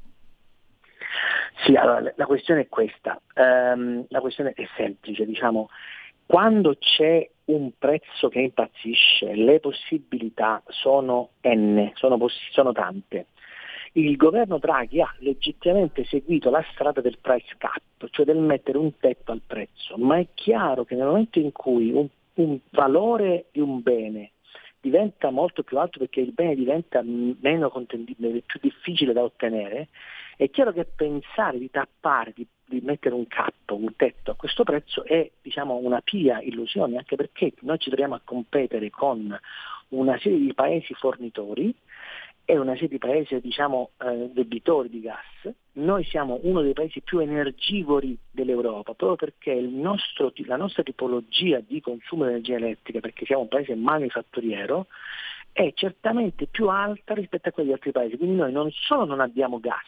Sì, allora la questione è questa, um, la questione è semplice, diciamo, quando c'è un prezzo che impazzisce, le possibilità sono n, sono, poss- sono tante. Il governo Draghi ha legittimamente seguito la strada del price cap, cioè del mettere un tetto al prezzo, ma è chiaro che nel momento in cui un, un valore di un bene diventa molto più alto perché il bene diventa meno contendibile, più difficile da ottenere, è chiaro che pensare di tappare, di, di mettere un cap, un tetto a questo prezzo è, diciamo, una pia illusione, anche perché noi ci troviamo a competere con una serie di paesi fornitori e una serie di paesi, diciamo, eh, debitori di gas. Noi siamo uno dei paesi più energivori dell'Europa, proprio perché il nostro, la nostra tipologia di consumo di energia elettrica, perché siamo un paese manifatturiero, è certamente più alta rispetto a quelli di altri paesi. Quindi noi non solo non abbiamo gas,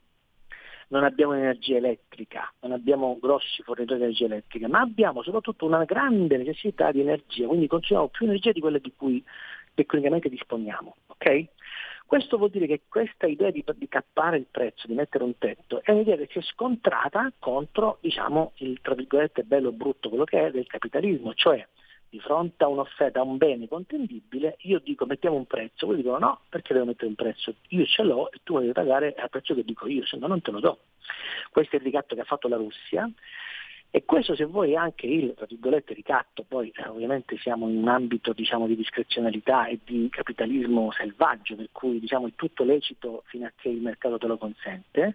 non abbiamo energia elettrica, non abbiamo grossi fornitori di energia elettrica, ma abbiamo soprattutto una grande necessità di energia, quindi consumiamo più energia di quella di cui tecnicamente disponiamo, ok? Questo vuol dire che questa idea di, di cappare il prezzo, di mettere un tetto, è un'idea che si è scontrata contro, diciamo, il, tra virgolette, bello o brutto, quello che è del capitalismo, cioè di fronte a un'offerta, a un bene contendibile, io dico mettiamo un prezzo, voi dicono no, perché devo mettere un prezzo? Io ce l'ho e tu lo devi pagare al prezzo che dico io, se no non te lo do. Questo è il ricatto che ha fatto la Russia. E questo, se vuoi, anche il, tra virgolette, ricatto, poi eh, ovviamente siamo in un ambito, diciamo, di discrezionalità e di capitalismo selvaggio, per cui, diciamo, è tutto lecito fino a che il mercato te lo consente.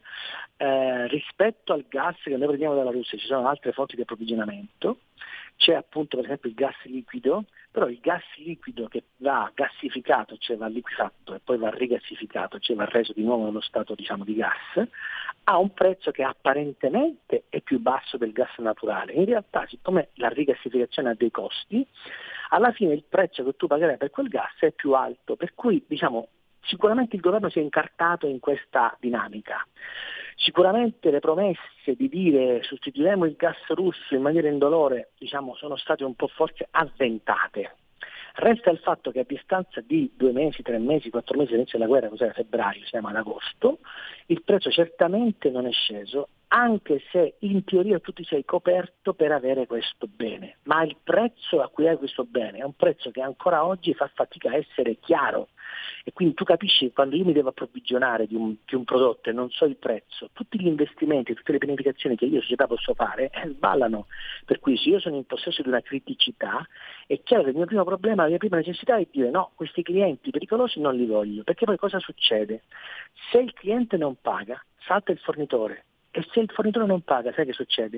Eh, rispetto al gas che noi prendiamo dalla Russia ci sono altre fonti di approvvigionamento, c'è appunto per esempio il gas liquido, però il gas liquido che va gassificato, cioè va liquefatto e poi va rigassificato, cioè va reso di nuovo nello stato, diciamo, di gas, ha un prezzo che apparentemente è più basso del gas naturale. In realtà, siccome la rigassificazione ha dei costi, alla fine il prezzo che tu pagherai per quel gas è più alto, per cui, diciamo, sicuramente il governo si è incartato in questa dinamica. Sicuramente le promesse di dire sostituiremo il gas russo in maniera indolore, diciamo, sono state un po' forse avventate. Resta il fatto che a distanza di due mesi, tre mesi, quattro mesi dall'inizio della guerra, cos'era febbraio, siamo ad agosto, il prezzo certamente non è sceso, anche se in teoria tu ti sei coperto per avere questo bene, ma il prezzo a cui hai questo bene è un prezzo che ancora oggi fa fatica a essere chiaro. E quindi tu capisci che quando io mi devo approvvigionare di un, di un prodotto e non so il prezzo, tutti gli investimenti, tutte le pianificazioni che io società posso fare eh, sballano. Per cui se io sono in possesso di una criticità, è chiaro che il mio primo problema, la mia prima necessità è dire no, questi clienti pericolosi non li voglio, perché poi cosa succede? Se il cliente non paga, salta il fornitore, e se il fornitore non paga, sai che succede?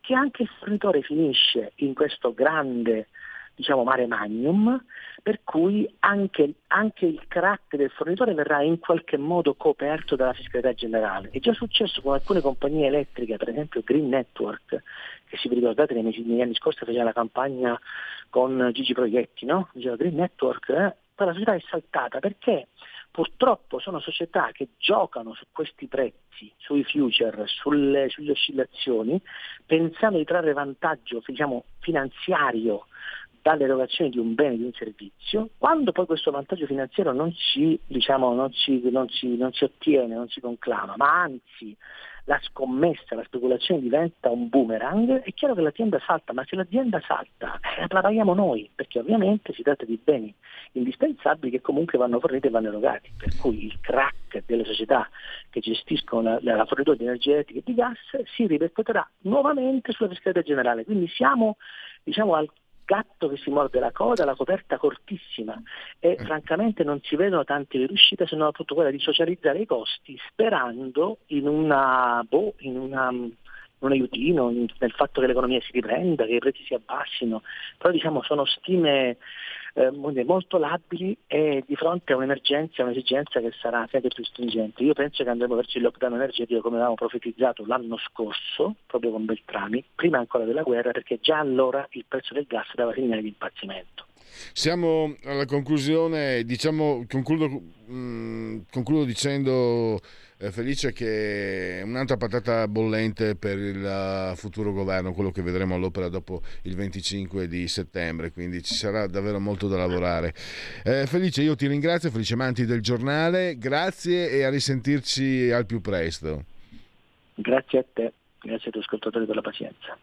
che anche il fornitore finisce in questo grande, diciamo, mare magnum, per cui anche, anche il crack del fornitore verrà in qualche modo coperto dalla fiscalità generale. È già successo con alcune compagnie elettriche, per esempio Green Network, che se vi ricordate nei, negli anni scorsi faceva la campagna con Gigi Proietti, no? Diceva Green Network, eh? Poi la società è saltata perché purtroppo sono società che giocano su questi prezzi, sui future, sulle, sulle oscillazioni, pensando di trarre vantaggio, diciamo, finanziario dall'erogazione di un bene, di un servizio. Quando poi questo vantaggio finanziario non si, diciamo, non si, non si, non si ottiene, non si conclama, ma anzi la scommessa, la speculazione diventa un boomerang, è chiaro che l'azienda salta, ma se l'azienda salta eh, la paghiamo noi, perché ovviamente si tratta di beni indispensabili che comunque vanno forniti e vanno erogati, per cui il crack delle società che gestiscono la, la fornitura di energia elettrica e di gas si ripercuoterà nuovamente sulla fiscalità generale, quindi siamo, diciamo, al gatto che si morde la coda, la coperta cortissima, e francamente non si vedono tante riuscite se non appunto quella di socializzare i costi sperando in una boh, in una un aiutino, in, nel fatto che l'economia si riprenda, che i prezzi si abbassino, però diciamo sono stime eh, molto labili e di fronte a un'emergenza, un'esigenza che sarà sempre più stringente. Io penso che andremo verso il lockdown energetico come avevamo profetizzato l'anno scorso, proprio con Beltrami, prima ancora della guerra, perché già allora il prezzo del gas dava segnali di impazzimento. Siamo alla conclusione, diciamo, concludo, mh, concludo dicendo, eh, Felice, che è un'altra patata bollente per il uh, futuro governo, quello che vedremo all'opera dopo il venticinque di settembre, quindi ci sarà davvero molto da lavorare. Eh, Felice, io ti ringrazio, Felice Manti del Giornale, grazie e a risentirci al più presto. Grazie a te, grazie ai tuoi ascoltatori per la pazienza.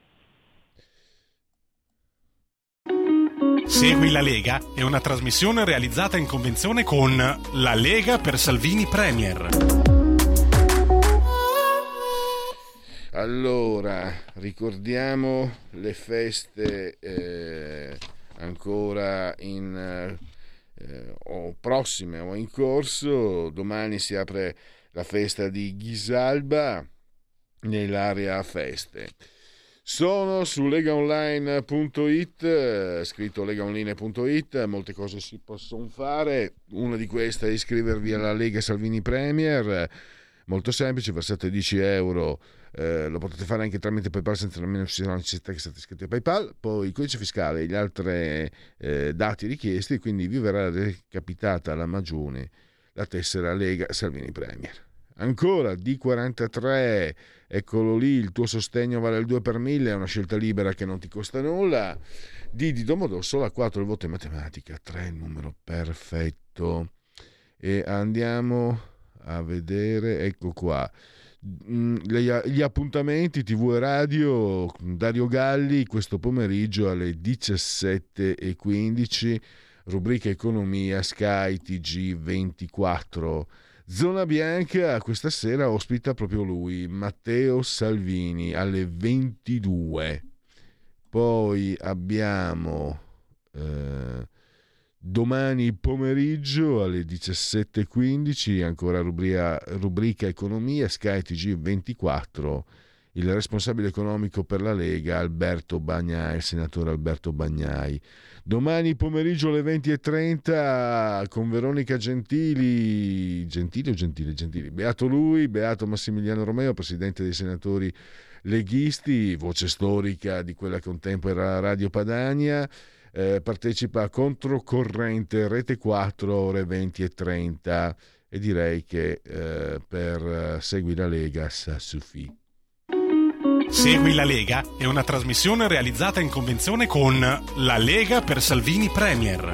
Segui la Lega è una trasmissione realizzata in convenzione con La Lega per Salvini Premier. Allora, ricordiamo le feste eh, ancora in eh, o prossime o in corso. Domani si apre la festa di Ghisalba nell'area feste. Sono su legaonline punto it, scritto legaonline punto it, molte cose si possono fare, una di queste è iscrivervi alla Lega Salvini Premier, molto semplice, versate dieci euro, eh, lo potete fare anche tramite PayPal senza nemmeno la necessità che siate iscritti a PayPal, poi il codice fiscale e gli altri eh, dati richiesti, quindi vi verrà recapitata alla magione la tessera Lega Salvini Premier. Ancora D quarantatré, eccolo lì, il tuo sostegno vale il due per mille, è una scelta libera che non ti costa nulla. D di Domodossola, quattro il voto in matematica, tre il numero perfetto. E andiamo a vedere, ecco qua, gli appuntamenti tivù e radio, Dario Galli questo pomeriggio alle diciassette e quindici, rubrica Economia, Sky T G ventiquattro. Zona Bianca questa sera ospita proprio lui, Matteo Salvini, alle ventidue. Poi abbiamo eh, domani pomeriggio alle diciassette e quindici ancora rubrica, rubrica Economia, Sky T G ventiquattro, il responsabile economico per la Lega Alberto Bagnai, il senatore Alberto Bagnai. Domani pomeriggio alle venti e trenta con Veronica Gentili, Gentili o Gentili? Gentili, beato lui, beato Massimiliano Romeo, presidente dei senatori leghisti, voce storica di quella che un tempo era Radio Padania, eh, partecipa a Controcorrente Rete quattro, ore venti e trenta, e direi che eh, per uh, Segui la Lega ça suffit. Segui la Lega è una trasmissione realizzata in convenzione con La Lega per Salvini Premier.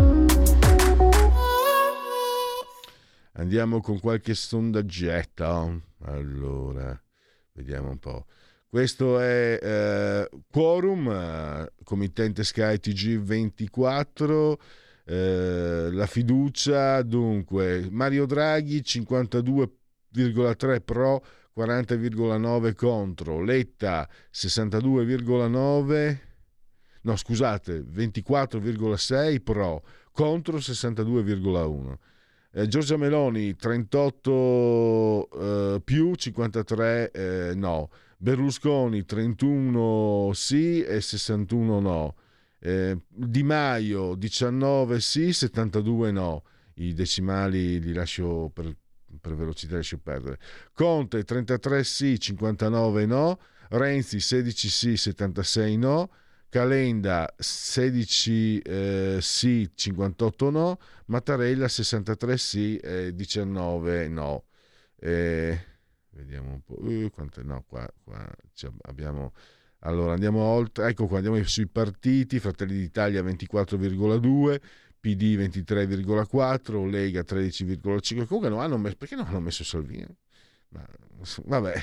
Andiamo con qualche sondaggetto. Allora, vediamo un po'. Questo è eh, Quorum, eh, committente Sky T G ventiquattro. Eh, la fiducia, dunque, Mario Draghi cinquantadue virgola tre pro, quaranta virgola nove contro, Letta sessantadue virgola nove, no scusate, ventiquattro virgola sei pro, contro sessantadue virgola uno. Eh, Giorgia Meloni trentotto eh, più, cinquantatré eh, no. Berlusconi trentuno sì e sessantuno no, eh, Di Maio diciannove sì, settantadue no, i decimali li lascio per, per velocità, lascio perdere. Conte trentatré sì, cinquantanove no, Renzi sedici sì, settantasei no, Calenda sedici eh, sì, cinquantotto no, Mattarella sessantatré sì e diciannove no. Eh, vediamo un po', uh, quante no, qua, qua abbiamo. Allora andiamo oltre, ecco qua, andiamo sui partiti. Fratelli d'Italia ventiquattro virgola due, P D ventitré virgola quattro, Lega tredici virgola cinque. Comunque non hanno messo, perché non hanno messo Salvini? Ma, vabbè,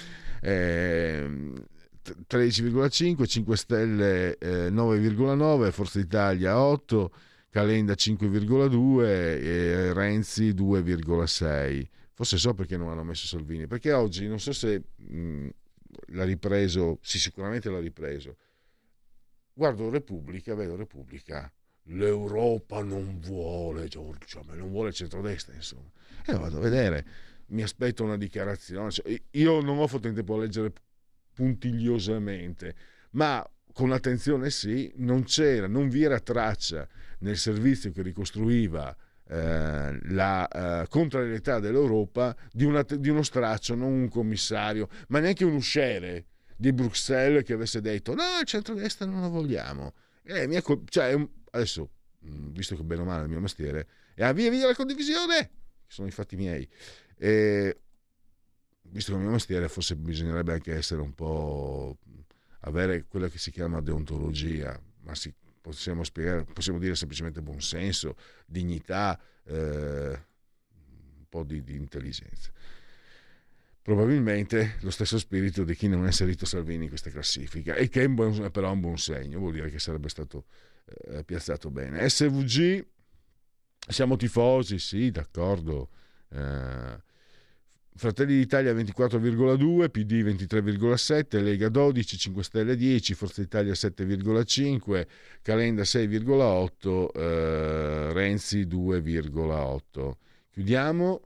eh, tredici virgola cinque, cinque Stelle eh, nove virgola nove, Forza Italia otto, Calenda cinque virgola due e Renzi due virgola sei. Forse so perché non hanno messo Salvini, perché oggi non so se mh, l'ha ripreso, sì, sicuramente l'ha ripreso. Guardo Repubblica, vedo Repubblica, l'Europa non vuole Giorgia, ma non vuole il centrodestra, insomma. E vado a vedere, mi aspetto una dichiarazione. Cioè, io non ho fatto in tempo a leggere puntigliosamente, ma con attenzione sì, non c'era, non vi era traccia nel servizio che ricostruiva eh, la eh, contrarietà dell'Europa di, una, di uno straccio, non un commissario, ma neanche un usciere di Bruxelles che avesse detto no, il centrodestra non lo vogliamo. Eh, mia, cioè, adesso, visto che bene o male è il mio mestiere, e ah, via via la condivisione, che sono i fatti miei, e visto che è il mio mestiere, forse bisognerebbe anche essere un po', avere quella che si chiama deontologia, ma si, possiamo spiegare, possiamo dire semplicemente buonsenso, dignità, eh, un po' di, di intelligenza. Probabilmente lo stesso spirito di chi non ha inserito Salvini in questa classifica, e che è un buon, però un buon segno, vuol dire che sarebbe stato eh, piazzato bene. S V G, siamo tifosi, sì, d'accordo. Eh, Fratelli d'Italia ventiquattro virgola due, P D ventitré virgola sette, Lega dodici, cinque Stelle dieci, Forza Italia sette virgola cinque, Calenda sei virgola otto, eh, Renzi due virgola otto. Chiudiamo.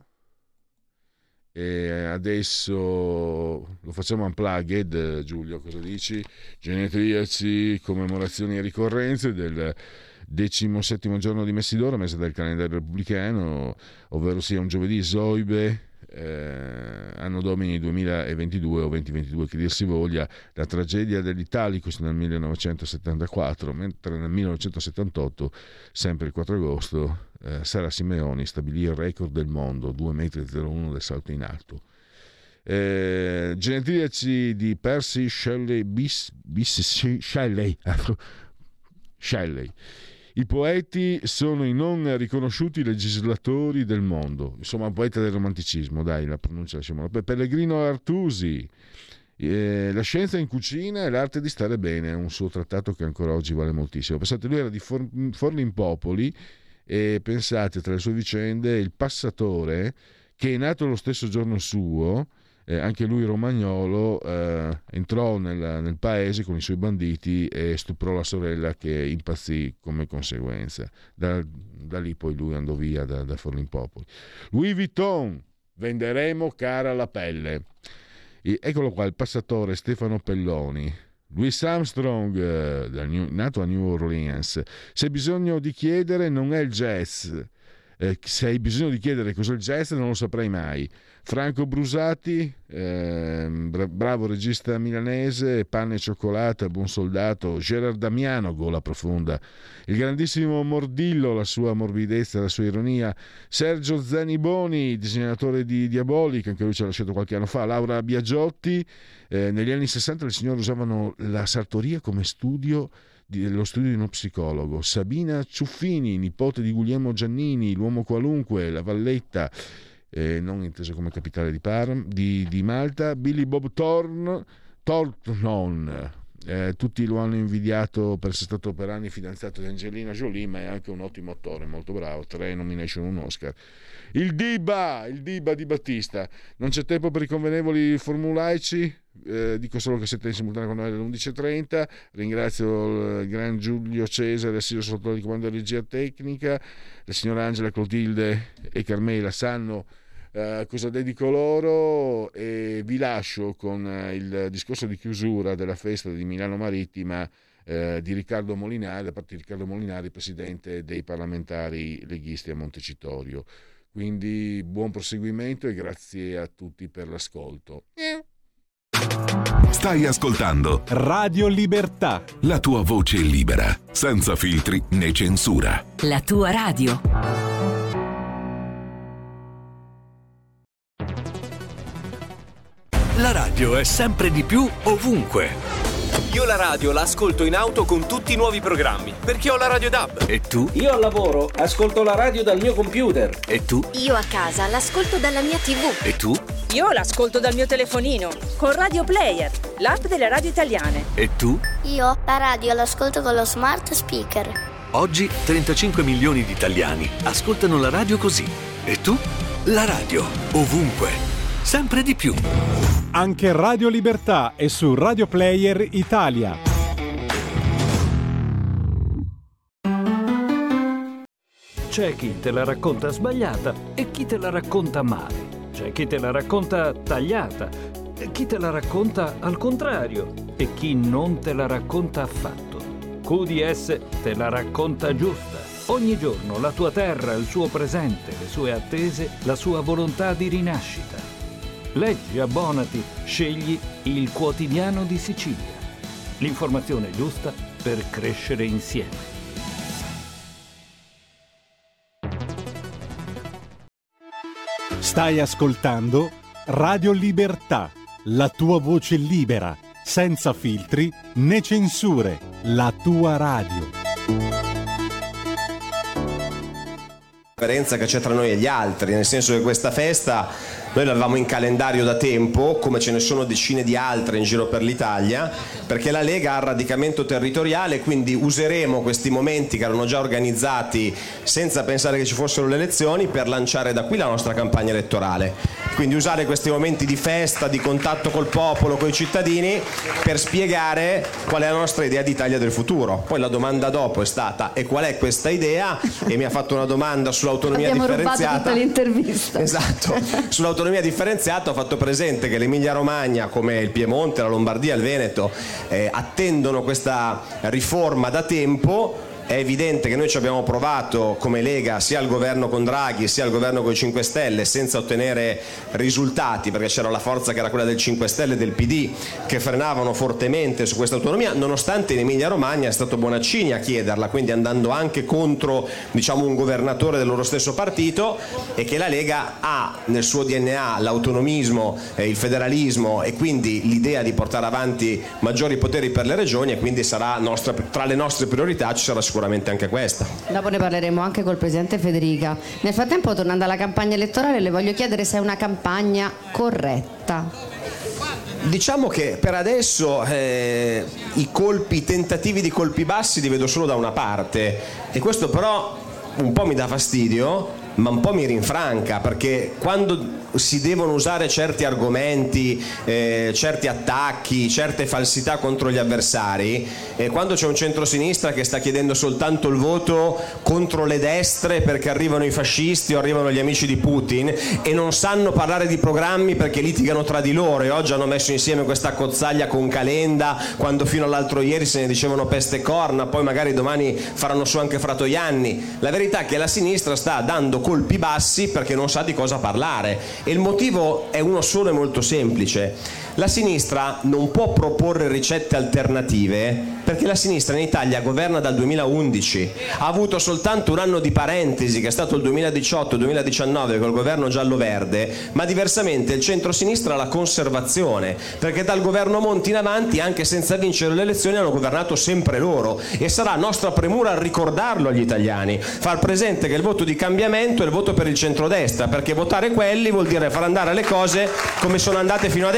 E adesso lo facciamo unplugged. Giulio, cosa dici? Genetriaci, commemorazioni e ricorrenze del decimosettimo giorno di Messidoro, mese del calendario repubblicano, ovvero sia un giovedì Zoibe, eh, anno domini duemilaventidue o duemilaventidue che dir si voglia. La tragedia dell'Italicus nel millenovecentosettantaquattro, mentre nel millenovecentosettantotto, sempre il quattro agosto, eh, Sara Simeoni stabilì il record del mondo, due virgola zero uno metri del salto in alto. Eh, genetriaci di Percy Shelley, bis, bis, Shelley, Shelley. I poeti sono i non riconosciuti legislatori del mondo, insomma un poeta del romanticismo, dai, la pronuncia lasciamola. Pellegrino Artusi, eh, la scienza in cucina e l'arte di stare bene, è un suo trattato che ancora oggi vale moltissimo. Pensate, lui era di For- Forlimpopoli, e pensate, tra le sue vicende, il passatore, che è nato lo stesso giorno suo, eh, anche lui romagnolo, eh, entrò nel, nel paese con i suoi banditi e stuprò la sorella, che impazzì come conseguenza. Da, da lì poi lui andò via da, da Forlimpopoli. Louis Vuitton, venderemo cara la pelle. E, eccolo qua, il passatore Stefano Pelloni. Louis Armstrong, eh, da New, nato a New Orleans. Se hai bisogno di chiedere, non è il jazz. Eh, se hai bisogno di chiedere cos'è il jazz, non lo saprai mai. Franco Brusati, eh, bravo regista milanese, Panne e cioccolata, buon soldato. Gerard Damiano, gola profonda. Il grandissimo Mordillo, la sua morbidezza, la sua ironia. Sergio Zaniboni, disegnatore di Diabolica, anche lui ci ha lasciato qualche anno fa. Laura Biagiotti, eh, negli anni sessanta le signore usavano la sartoria come studio, lo studio di uno psicologo. Sabina Ciuffini, nipote di Guglielmo Giannini, l'uomo qualunque, la Valletta, eh, non inteso come capitale di, Parma, di, di Malta. Billy Bob Thorne, Thornton, eh, tutti lo hanno invidiato per essere stato per anni fidanzato di Angelina Jolie, ma è anche un ottimo attore, molto bravo, tre nomination, un Oscar. Il Diba, il Diba di Battista. Non c'è tempo per i convenevoli formulaici, eh, dico solo che siete in simultanea con noi alle undici e trenta. Ringrazio il gran Giulio Cesare, assiduo sotto il comando di regia tecnica. La signora Angela, Clotilde e Carmela sanno eh, cosa dedico loro, e vi lascio con il discorso di chiusura della festa di Milano Marittima eh, di Riccardo Molinari, da parte di Riccardo Molinari, presidente dei parlamentari leghisti a Montecitorio. Quindi buon proseguimento e grazie a tutti per l'ascolto. Stai ascoltando Radio Libertà, la tua voce libera, senza filtri né censura. La tua radio. La radio è sempre di più ovunque. Io la radio la ascolto in auto con tutti i nuovi programmi, perché ho la Radio D A B. E tu? Io al lavoro ascolto la radio dal mio computer. E tu? Io a casa l'ascolto dalla mia tivù. E tu? Io l'ascolto dal mio telefonino, con Radio Player, l'app delle radio italiane. E tu? Io la radio l'ascolto con lo smart speaker. Oggi trentacinque milioni di italiani ascoltano la radio così. E tu? La radio, ovunque, sempre di più. Anche Radio Libertà è su Radio Player Italia. C'è chi te la racconta sbagliata e chi te la racconta male. C'è chi te la racconta tagliata e chi te la racconta al contrario e chi non te la racconta affatto. Q D S te la racconta giusta. Ogni giorno la tua terra, il suo presente, le sue attese, la sua volontà di rinascita. Leggi, abbonati, scegli il Quotidiano di Sicilia. L'informazione giusta per crescere insieme. Stai ascoltando Radio Libertà, la tua voce libera, senza filtri né censure, la tua radio. La differenza che c'è tra noi e gli altri, nel senso che questa festa noi l'avevamo in calendario da tempo, come ce ne sono decine di altre in giro per l'Italia, perché la Lega ha radicamento territoriale, quindi useremo questi momenti che erano già organizzati senza pensare che ci fossero le elezioni per lanciare da qui la nostra campagna elettorale. Quindi usare questi momenti di festa, di contatto col popolo, con i cittadini, per spiegare qual è la nostra idea di Italia del futuro. Poi la domanda dopo è stata: e qual è questa idea? E mi ha fatto una domanda sull'autonomia Abbiamo differenziata. Abbiamo rubato tutta l'intervista. Esatto. Sull'autonomia differenziata ho fatto presente che l'Emilia Romagna, come il Piemonte, la Lombardia, il Veneto, eh, attendono questa riforma da tempo. È evidente che noi ci abbiamo provato come Lega sia al governo con Draghi sia al governo con i cinque Stelle senza ottenere risultati, perché c'era la forza che era quella del cinque Stelle e del P D che frenavano fortemente su questa autonomia, nonostante in Emilia Romagna è stato Bonaccini a chiederla, quindi andando anche contro, diciamo, un governatore del loro stesso partito, e che la Lega ha nel suo D N A l'autonomismo, eh, il federalismo e quindi l'idea di portare avanti maggiori poteri per le regioni, e quindi sarà nostra, tra le nostre priorità ci sarà sicuramente sicuramente anche questa. Dopo ne parleremo anche col presidente Federica. Nel frattempo, tornando alla campagna elettorale, le voglio chiedere se è una campagna corretta. Diciamo che per adesso eh, i colpi, i tentativi di colpi bassi li vedo solo da una parte, e questo però un po' mi dà fastidio, ma un po' mi rinfranca, perché quando si devono usare certi argomenti, eh, certi attacchi, certe falsità contro gli avversari, e eh, quando c'è un centrosinistra che sta chiedendo soltanto il voto contro le destre perché arrivano i fascisti o arrivano gli amici di Putin e non sanno parlare di programmi perché litigano tra di loro, e oggi hanno messo insieme questa cozzaglia con Calenda quando fino all'altro ieri se ne dicevano peste e corna, poi magari domani faranno su anche Fratoianni. La verità è che la sinistra sta dando colpi bassi perché non sa di cosa parlare, e il motivo è uno solo e molto semplice: la sinistra non può proporre ricette alternative perché la sinistra in Italia governa dal duemilaundici, ha avuto soltanto un anno di parentesi che è stato il duemiladiciotto duemiladiciannove col governo giallo-verde, ma diversamente il centro-sinistra ha la conservazione, perché dal governo Monti in avanti, anche senza vincere le elezioni, hanno governato sempre loro, e sarà nostra premura ricordarlo agli italiani, far presente che il voto di cambiamento è il voto per il centrodestra, perché votare quelli vuol dire far andare le cose come sono andate fino adesso,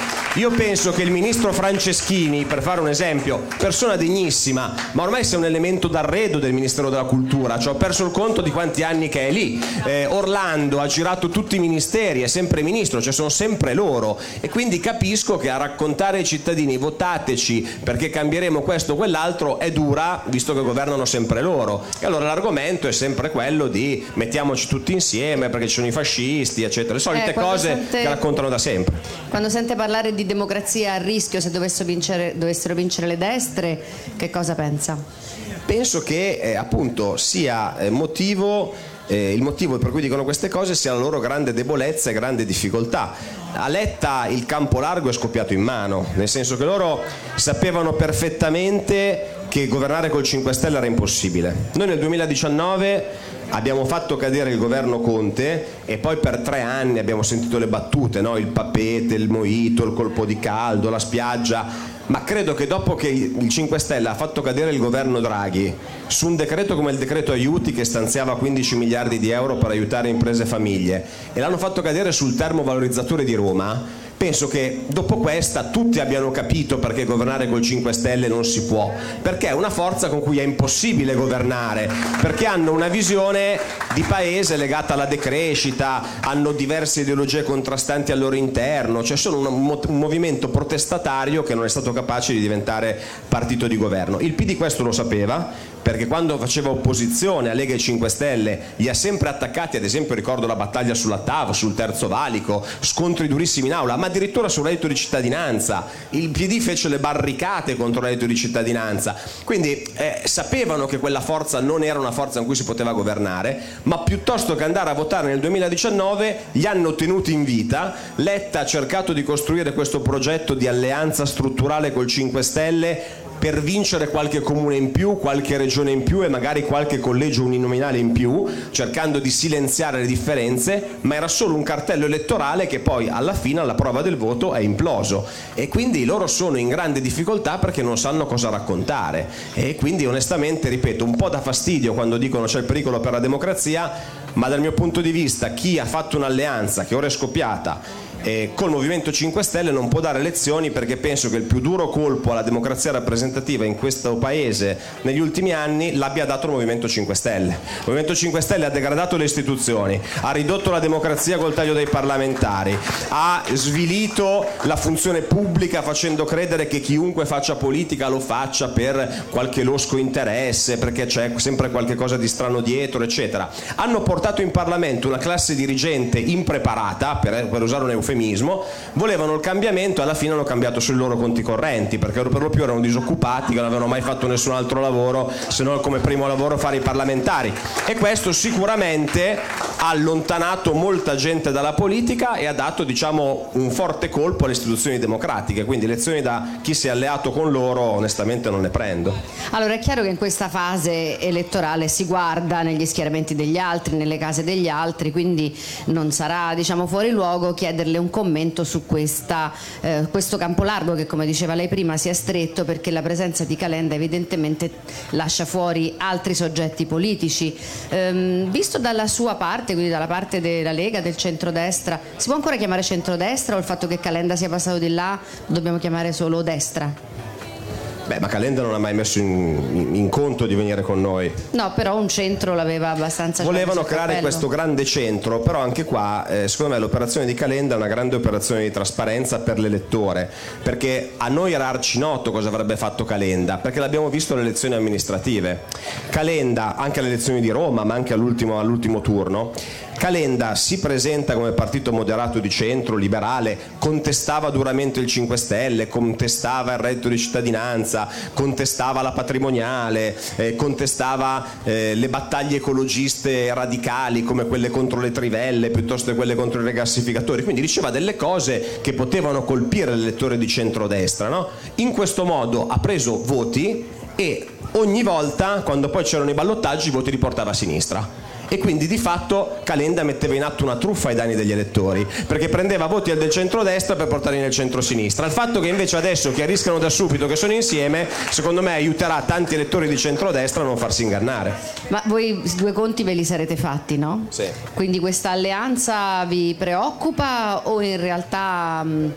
io penso che il ministro Franceschini, per fare un esempio, persona degnissima, ma ormai sia un elemento d'arredo del Ministero della Cultura, cioè ho perso il conto di quanti anni che è lì. eh, Orlando ha girato tutti i ministeri, è sempre ministro, cioè sono sempre loro, e quindi capisco che a raccontare ai cittadini votateci perché cambieremo questo o quell'altro è dura, visto che governano sempre loro. E allora l'argomento è sempre quello di mettiamoci tutti insieme perché ci sono i fascisti, eccetera, le solite eh, cose sente, che raccontano da sempre. Quando sente parlare di democrazia a rischio se dovessero vincere, dovessero vincere le destre, che cosa pensa? Penso che eh, appunto sia eh, motivo eh, il motivo per cui dicono queste cose sia la loro grande debolezza e grande difficoltà. A Letta il campo largo è scoppiato in mano, nel senso che loro sapevano perfettamente che governare col cinque Stelle era impossibile. Noi nel duemiladiciannove abbiamo fatto cadere il governo Conte e poi per tre anni abbiamo sentito le battute, no? Il papete, il mojito, il colpo di caldo, la spiaggia. Ma credo che dopo che il cinque Stelle ha fatto cadere il governo Draghi su un decreto come il decreto aiuti che stanziava quindici miliardi di euro per aiutare imprese e famiglie e l'hanno fatto cadere sul termovalorizzatore di Roma, penso che dopo questa tutti abbiano capito perché governare col cinque Stelle non si può, perché è una forza con cui è impossibile governare, perché hanno una visione di paese legata alla decrescita, hanno diverse ideologie contrastanti al loro interno, cioè sono un, un movimento protestatario che non è stato capace di diventare partito di governo. Il P D questo lo sapeva, perché quando faceva opposizione a Lega e cinque Stelle li ha sempre attaccati, ad esempio ricordo la battaglia sulla T A V, sul Terzo Valico, scontri durissimi in aula, ma addirittura sul reddito di cittadinanza. Il P D fece le barricate contro il reddito di cittadinanza, quindi eh, sapevano che quella forza non era una forza in cui si poteva governare, ma piuttosto che andare a votare nel duemiladiciannove li hanno tenuti in vita. Letta ha cercato di costruire questo progetto di alleanza strutturale col cinque Stelle per vincere qualche comune in più, qualche regione in più e magari qualche collegio uninominale in più, cercando di silenziare le differenze, ma era solo un cartello elettorale che poi alla fine, alla prova del voto, è imploso. E quindi loro sono in grande difficoltà perché non sanno cosa raccontare. E quindi onestamente, ripeto, un po' dà fastidio quando dicono c'è il pericolo per la democrazia, ma dal mio punto di vista chi ha fatto un'alleanza che ora è scoppiata E col Movimento cinque Stelle non può dare lezioni, perché penso che il più duro colpo alla democrazia rappresentativa in questo paese negli ultimi anni l'abbia dato il Movimento cinque Stelle. Il Movimento cinque Stelle ha degradato le istituzioni, ha ridotto la democrazia col taglio dei parlamentari, ha svilito la funzione pubblica facendo credere che chiunque faccia politica lo faccia per qualche losco interesse, perché c'è sempre qualche cosa di strano dietro, eccetera. Hanno portato in Parlamento una classe dirigente impreparata, per, per usare un eufemismo, volevano il cambiamento e alla fine hanno cambiato sui loro conti correnti, perché per lo più erano disoccupati, che non avevano mai fatto nessun altro lavoro se non come primo lavoro fare i parlamentari, e questo sicuramente ha allontanato molta gente dalla politica e ha dato, diciamo, un forte colpo alle istituzioni democratiche. Quindi lezioni da chi si è alleato con loro onestamente non ne prendo. Allora è chiaro che in questa fase elettorale si guarda negli schieramenti degli altri, nelle case degli altri, quindi non sarà, diciamo, fuori luogo chiederle un commento su questa, eh, questo campo largo che, come diceva lei prima, si è stretto perché la presenza di Calenda evidentemente lascia fuori altri soggetti politici. Ehm, visto dalla sua parte, quindi dalla parte della Lega, del centrodestra, si può ancora chiamare centrodestra, o il fatto che Calenda sia passato di là dobbiamo chiamare solo destra? Beh, ma Calenda non ha mai messo in, in conto di venire con noi. No, però un centro l'aveva abbastanza. Volevano creare questo grande centro, però anche qua eh, secondo me l'operazione di Calenda è una grande operazione di trasparenza per l'elettore, perché a noi era arcinoto cosa avrebbe fatto Calenda, perché l'abbiamo visto alle elezioni amministrative. Calenda, anche alle elezioni di Roma, ma anche all'ultimo, all'ultimo turno, Calenda si presenta come partito moderato di centro, liberale, contestava duramente il cinque Stelle, contestava il reddito di cittadinanza, contestava la patrimoniale, eh, contestava eh, le battaglie ecologiste radicali come quelle contro le trivelle piuttosto che quelle contro i rigassificatori, quindi diceva delle cose che potevano colpire l'elettore di centrodestra, no? In questo modo ha preso voti e ogni volta, quando poi c'erano i ballottaggi, i voti li portava a sinistra. E quindi di fatto Calenda metteva in atto una truffa ai danni degli elettori, perché prendeva voti del centrodestra per portarli nel centrosinistra. Il fatto che invece adesso chiariscano da subito che sono insieme, secondo me aiuterà tanti elettori di centrodestra a non farsi ingannare. Ma voi due conti ve li sarete fatti, no? Sì. Quindi questa alleanza vi preoccupa o in realtà mh,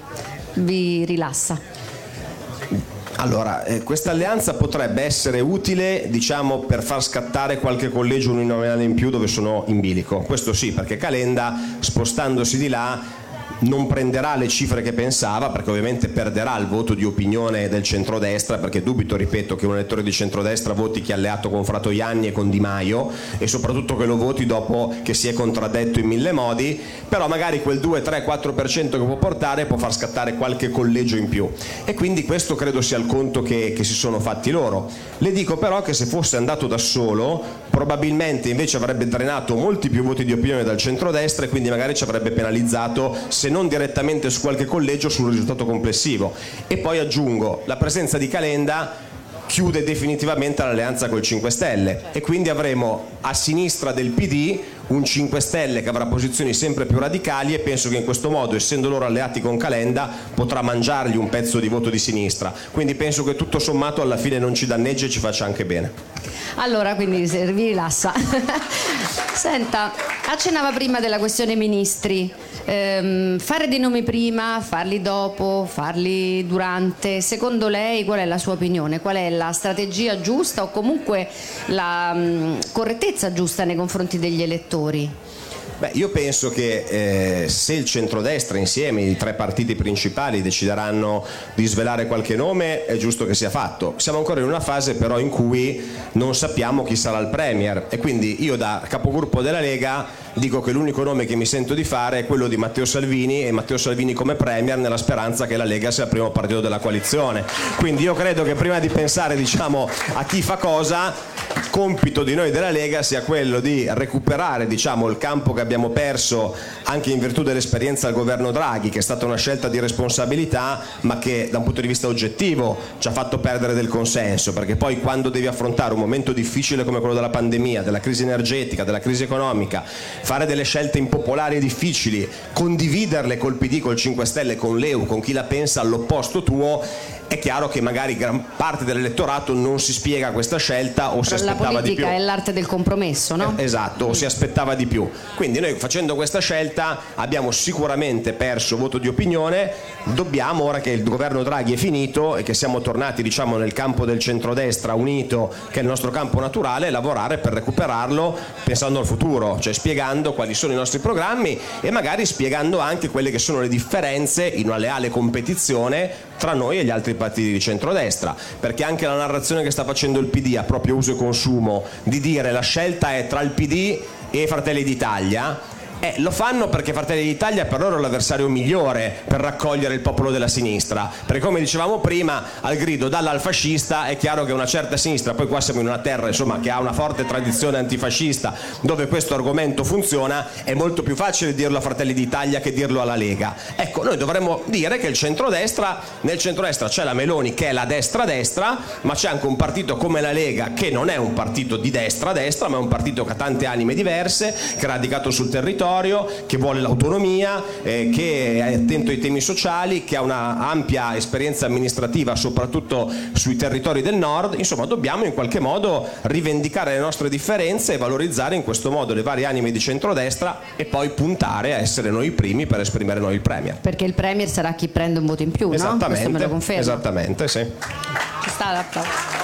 vi rilassa? Allora, eh, questa alleanza potrebbe essere utile, diciamo, per far scattare qualche collegio uninominale in più dove sono in bilico. Questo sì, perché Calenda, spostandosi di là, non prenderà le cifre che pensava, perché ovviamente perderà il voto di opinione del centrodestra, perché dubito, ripeto, che un elettore di centrodestra voti chi è alleato con Fratoianni e con Di Maio, e soprattutto che lo voti dopo che si è contraddetto in mille modi, però magari quel due, tre, quattro per cento che può portare può far scattare qualche collegio in più, e quindi questo credo sia il conto che, che si sono fatti loro. Le dico però che se fosse andato da solo probabilmente invece avrebbe drenato molti più voti di opinione dal centrodestra, e quindi magari ci avrebbe penalizzato, se non direttamente su qualche collegio, sul risultato complessivo. E poi aggiungo, la presenza di Calenda chiude definitivamente l'alleanza col cinque Stelle, e quindi avremo a sinistra del P D un cinque Stelle che avrà posizioni sempre più radicali, e penso che in questo modo, essendo loro alleati con Calenda, potrà mangiargli un pezzo di voto di sinistra. Quindi penso che tutto sommato alla fine non ci danneggia e ci faccia anche bene. Allora, quindi vi rilassa. Senta, accennava prima della questione ministri. Ehm, fare dei nomi prima, farli dopo, farli durante, secondo lei qual è la sua opinione? Qual è la strategia giusta, o comunque la mh, correttezza giusta nei confronti degli elettori? Beh, io penso che eh, se il centrodestra insieme i tre partiti principali decideranno di svelare qualche nome, è giusto che sia fatto. Siamo ancora in una fase però in cui non sappiamo chi sarà il premier, e quindi io da capogruppo della Lega dico che l'unico nome che mi sento di fare è quello di Matteo Salvini, e Matteo Salvini come premier, nella speranza che la Lega sia il primo partito della coalizione. Quindi io credo che prima di pensare, diciamo, a chi fa cosa, compito di noi della Lega sia quello di recuperare, diciamo, il campo che abbiamo perso anche in virtù dell'esperienza del governo Draghi, che è stata una scelta di responsabilità, ma che da un punto di vista oggettivo ci ha fatto perdere del consenso, perché poi quando devi affrontare un momento difficile come quello della pandemia, della crisi energetica, della crisi economica, fare delle scelte impopolari e difficili, condividerle col P D, col cinque Stelle, con l'E U, con chi la pensa all'opposto tuo, è chiaro che magari gran parte dell'elettorato non si spiega questa scelta, o si aspettava di più. La politica è l'arte del compromesso, no? Eh, esatto, o si aspettava di più. Quindi noi, facendo questa scelta, abbiamo sicuramente perso voto di opinione. Dobbiamo, ora che il governo Draghi è finito e che siamo tornati, diciamo, nel campo del centrodestra unito, che è il nostro campo naturale, lavorare per recuperarlo pensando al futuro, cioè spiegando quali sono i nostri programmi, e magari spiegando anche quelle che sono le differenze in una leale competizione tra noi e gli altri partiti di centrodestra, perché anche la narrazione che sta facendo il P D a proprio uso e consumo, di dire la scelta è tra il P D e Fratelli d'Italia, Eh, lo fanno perché Fratelli d'Italia per loro è l'avversario migliore per raccogliere il popolo della sinistra, perché come dicevamo prima, al grido dalla al fascista è chiaro che una certa sinistra, poi qua siamo in una terra, insomma, che ha una forte tradizione antifascista dove questo argomento funziona, è molto più facile dirlo a Fratelli d'Italia che dirlo alla Lega. Ecco, noi dovremmo dire che il centrodestra, nel centrodestra c'è la Meloni che è la destra-destra, ma c'è anche un partito come la Lega che non è un partito di destra-destra, ma è un partito che ha tante anime diverse, che è radicato sul territorio, che vuole l'autonomia, eh, che è attento ai temi sociali, che ha una ampia esperienza amministrativa soprattutto sui territori del nord. Insomma, dobbiamo in qualche modo rivendicare le nostre differenze e valorizzare in questo modo le varie anime di centrodestra, e poi puntare a essere noi i primi per esprimere noi il premier. Perché il premier sarà chi prende un voto in più, esattamente, no? Questo me lo conferma. Esattamente, sì. Ci sta l'applauso.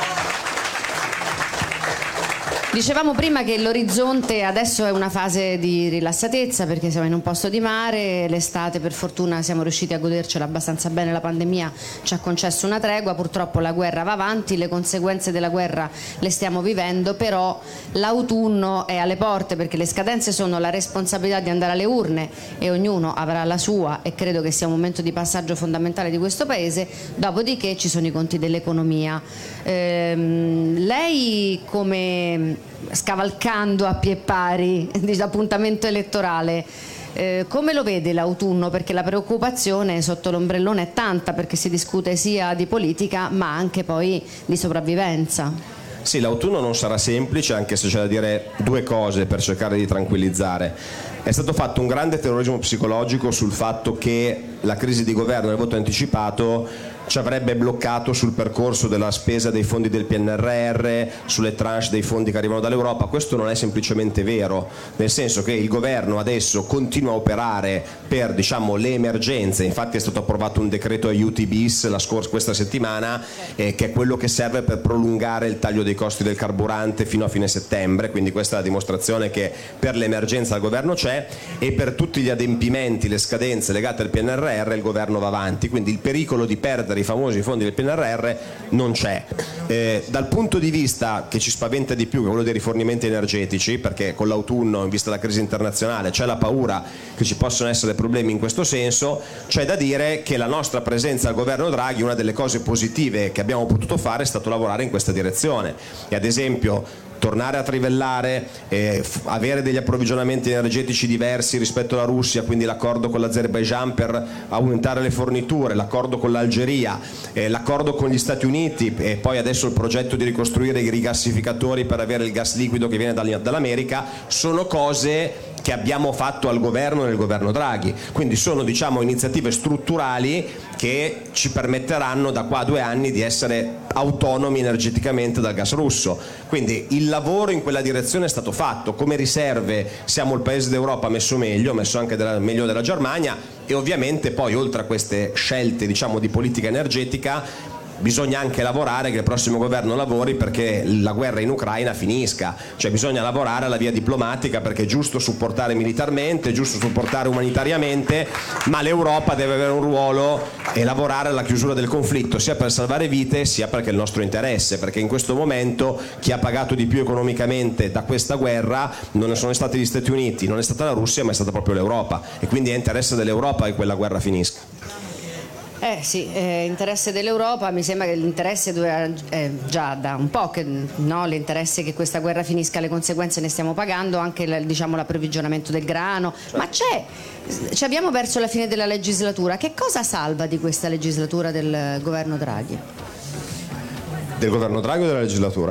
Dicevamo prima che l'orizzonte adesso è una fase di rilassatezza, perché siamo in un posto di mare, l'estate per fortuna siamo riusciti a godercela abbastanza bene, la pandemia ci ha concesso una tregua, purtroppo la guerra va avanti, le conseguenze della guerra le stiamo vivendo, però l'autunno è alle porte, perché le scadenze sono la responsabilità di andare alle urne e ognuno avrà la sua, e credo che sia un momento di passaggio fondamentale di questo paese. Dopodiché ci sono i conti dell'economia. Ehm, lei, come scavalcando a pie pari l'appuntamento elettorale, eh, come lo vede l'autunno? Perché la preoccupazione sotto l'ombrellone è tanta, perché si discute sia di politica ma anche poi di sopravvivenza. Sì, l'autunno non sarà semplice, anche se c'è da dire due cose per cercare di tranquillizzare. È stato fatto un grande terrorismo psicologico sul fatto che la crisi di governo e il voto anticipato ci avrebbe bloccato sul percorso della spesa dei fondi del P N R R, sulle tranche dei fondi che arrivano dall'Europa. Questo non è semplicemente vero, nel senso che il governo adesso continua a operare per, diciamo, le emergenze. Infatti è stato approvato un decreto aiuti bis la scorsa, questa settimana, eh, che è quello che serve per prolungare il taglio dei costi del carburante fino a fine settembre, quindi questa è la dimostrazione che per l'emergenza il governo c'è, e per tutti gli adempimenti, le scadenze legate al P N R R il governo va avanti, quindi il pericolo di perdere i famosi fondi del P N R R non c'è. Eh, dal punto di vista che ci spaventa di più, che è quello dei rifornimenti energetici, perché con l'autunno, in vista della crisi internazionale, c'è la paura che ci possano essere problemi in questo senso, c'è da dire che la nostra presenza al governo Draghi, una delle cose positive che abbiamo potuto fare è stato lavorare in questa direzione, e ad esempio tornare a trivellare, eh, f- avere degli approvvigionamenti energetici diversi rispetto alla Russia, quindi l'accordo con l'Azerbaijan per aumentare le forniture, l'accordo con l'Algeria, eh, l'accordo con gli Stati Uniti, e poi adesso il progetto di ricostruire i rigassificatori per avere il gas liquido che viene dall- dall'America, sono cose che abbiamo fatto al governo e nel governo Draghi, quindi sono, diciamo, iniziative strutturali che ci permetteranno da qua a due anni di essere autonomi energeticamente dal gas russo. Quindi il lavoro in quella direzione è stato fatto. Come riserve siamo il paese d'Europa messo meglio, messo anche della, meglio della Germania, e ovviamente poi oltre a queste scelte, diciamo, di politica energetica bisogna anche lavorare, che il prossimo governo lavori perché la guerra in Ucraina finisca, cioè bisogna lavorare alla via diplomatica, perché è giusto supportare militarmente, è giusto supportare umanitariamente, ma l'Europa deve avere un ruolo e lavorare alla chiusura del conflitto, sia per salvare vite sia perché è il nostro interesse, perché in questo momento chi ha pagato di più economicamente da questa guerra non sono stati gli Stati Uniti, non è stata la Russia, ma è stata proprio l'Europa, e quindi è interesse dell'Europa che quella guerra finisca. Eh sì, eh, interesse dell'Europa, mi sembra che l'interesse dura eh, già da un po', che, no? L'interesse che questa guerra finisca, le conseguenze ne stiamo pagando, anche, diciamo, l'approvvigionamento del grano, cioè. Ma c'è, ci abbiamo perso la fine della legislatura, che cosa salva di questa legislatura del governo Draghi? Del governo Draghi o della legislatura?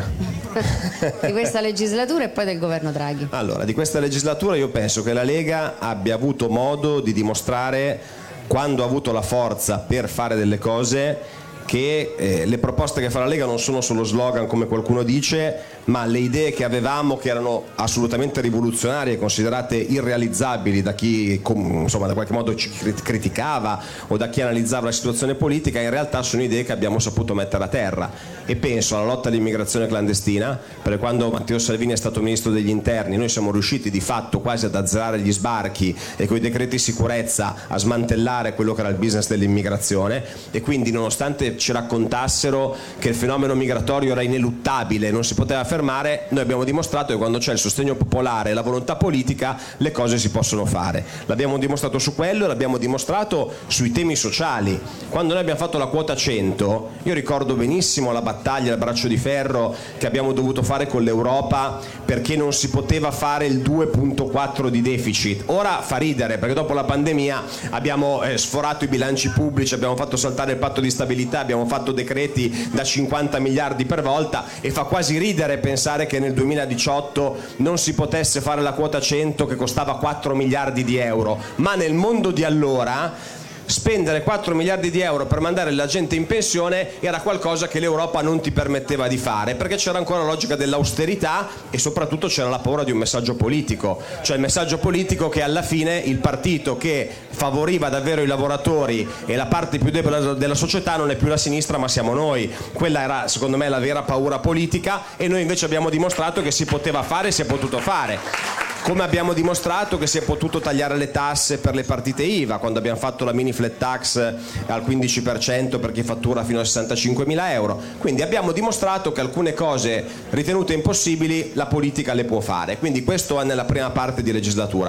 Di questa legislatura e poi del governo Draghi. Allora, di questa legislatura io penso che la Lega abbia avuto modo di dimostrare, quando ha avuto la forza per fare delle cose, che eh, le proposte che fa la Lega non sono solo slogan come qualcuno dice, ma le idee che avevamo, che erano assolutamente rivoluzionarie e considerate irrealizzabili da chi, insomma, da qualche modo ci criticava o da chi analizzava la situazione politica, in realtà sono idee che abbiamo saputo mettere a terra. E penso alla lotta all'immigrazione clandestina, perché quando Matteo Salvini è stato ministro degli interni noi siamo riusciti di fatto quasi ad azzerare gli sbarchi e con i decreti sicurezza a smantellare quello che era il business dell'immigrazione, e quindi nonostante ci raccontassero che il fenomeno migratorio era ineluttabile, non si poteva fermare, noi abbiamo dimostrato che quando c'è il sostegno popolare e la volontà politica le cose si possono fare. L'abbiamo dimostrato su quello e l'abbiamo dimostrato sui temi sociali. Quando noi abbiamo fatto la quota cento, io ricordo benissimo la battaglia, il braccio di ferro che abbiamo dovuto fare con l'Europa perché non si poteva fare il due virgola quattro di deficit. Ora fa ridere perché dopo la pandemia abbiamo eh, sforato i bilanci pubblici, abbiamo fatto saltare il patto di stabilità, abbiamo fatto decreti da cinquanta miliardi per volta, e fa quasi ridere pensare che nel duemiladiciotto non si potesse fare la quota cento che costava quattro miliardi di euro, ma nel mondo di allora spendere quattro miliardi di euro per mandare la gente in pensione era qualcosa che l'Europa non ti permetteva di fare, perché c'era ancora la logica dell'austerità e soprattutto c'era la paura di un messaggio politico, cioè il messaggio politico che alla fine il partito che favoriva davvero i lavoratori e la parte più debole della società non è più la sinistra ma siamo noi. Quella era secondo me la vera paura politica, e noi invece abbiamo dimostrato che si poteva fare e si è potuto fare. Come abbiamo dimostrato che si è potuto tagliare le tasse per le partite I V A, quando abbiamo fatto la mini flat tax al quindici per cento per chi fattura fino a sessantacinquemila euro. Quindi abbiamo dimostrato che alcune cose ritenute impossibili la politica le può fare. Quindi questo è nella prima parte di legislatura.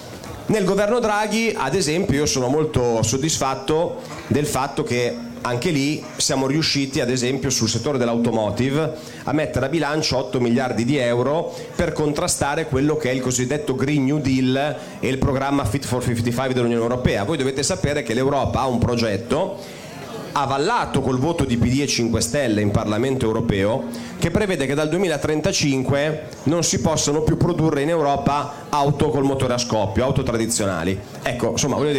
Nel governo Draghi, ad esempio, io sono molto soddisfatto del fatto che anche lì siamo riusciti, ad esempio sul settore dell'automotive, a mettere a bilancio otto miliardi di euro per contrastare quello che è il cosiddetto Green New Deal e il programma Fit for cinquantacinque dell'Unione Europea. Voi dovete sapere che l'Europa ha un progetto avallato col voto di P D e cinque Stelle in Parlamento europeo, che prevede che dal duemilatrentacinque non si possano più produrre in Europa auto col motore a scoppio, auto tradizionali. Ecco, insomma, voglio dire,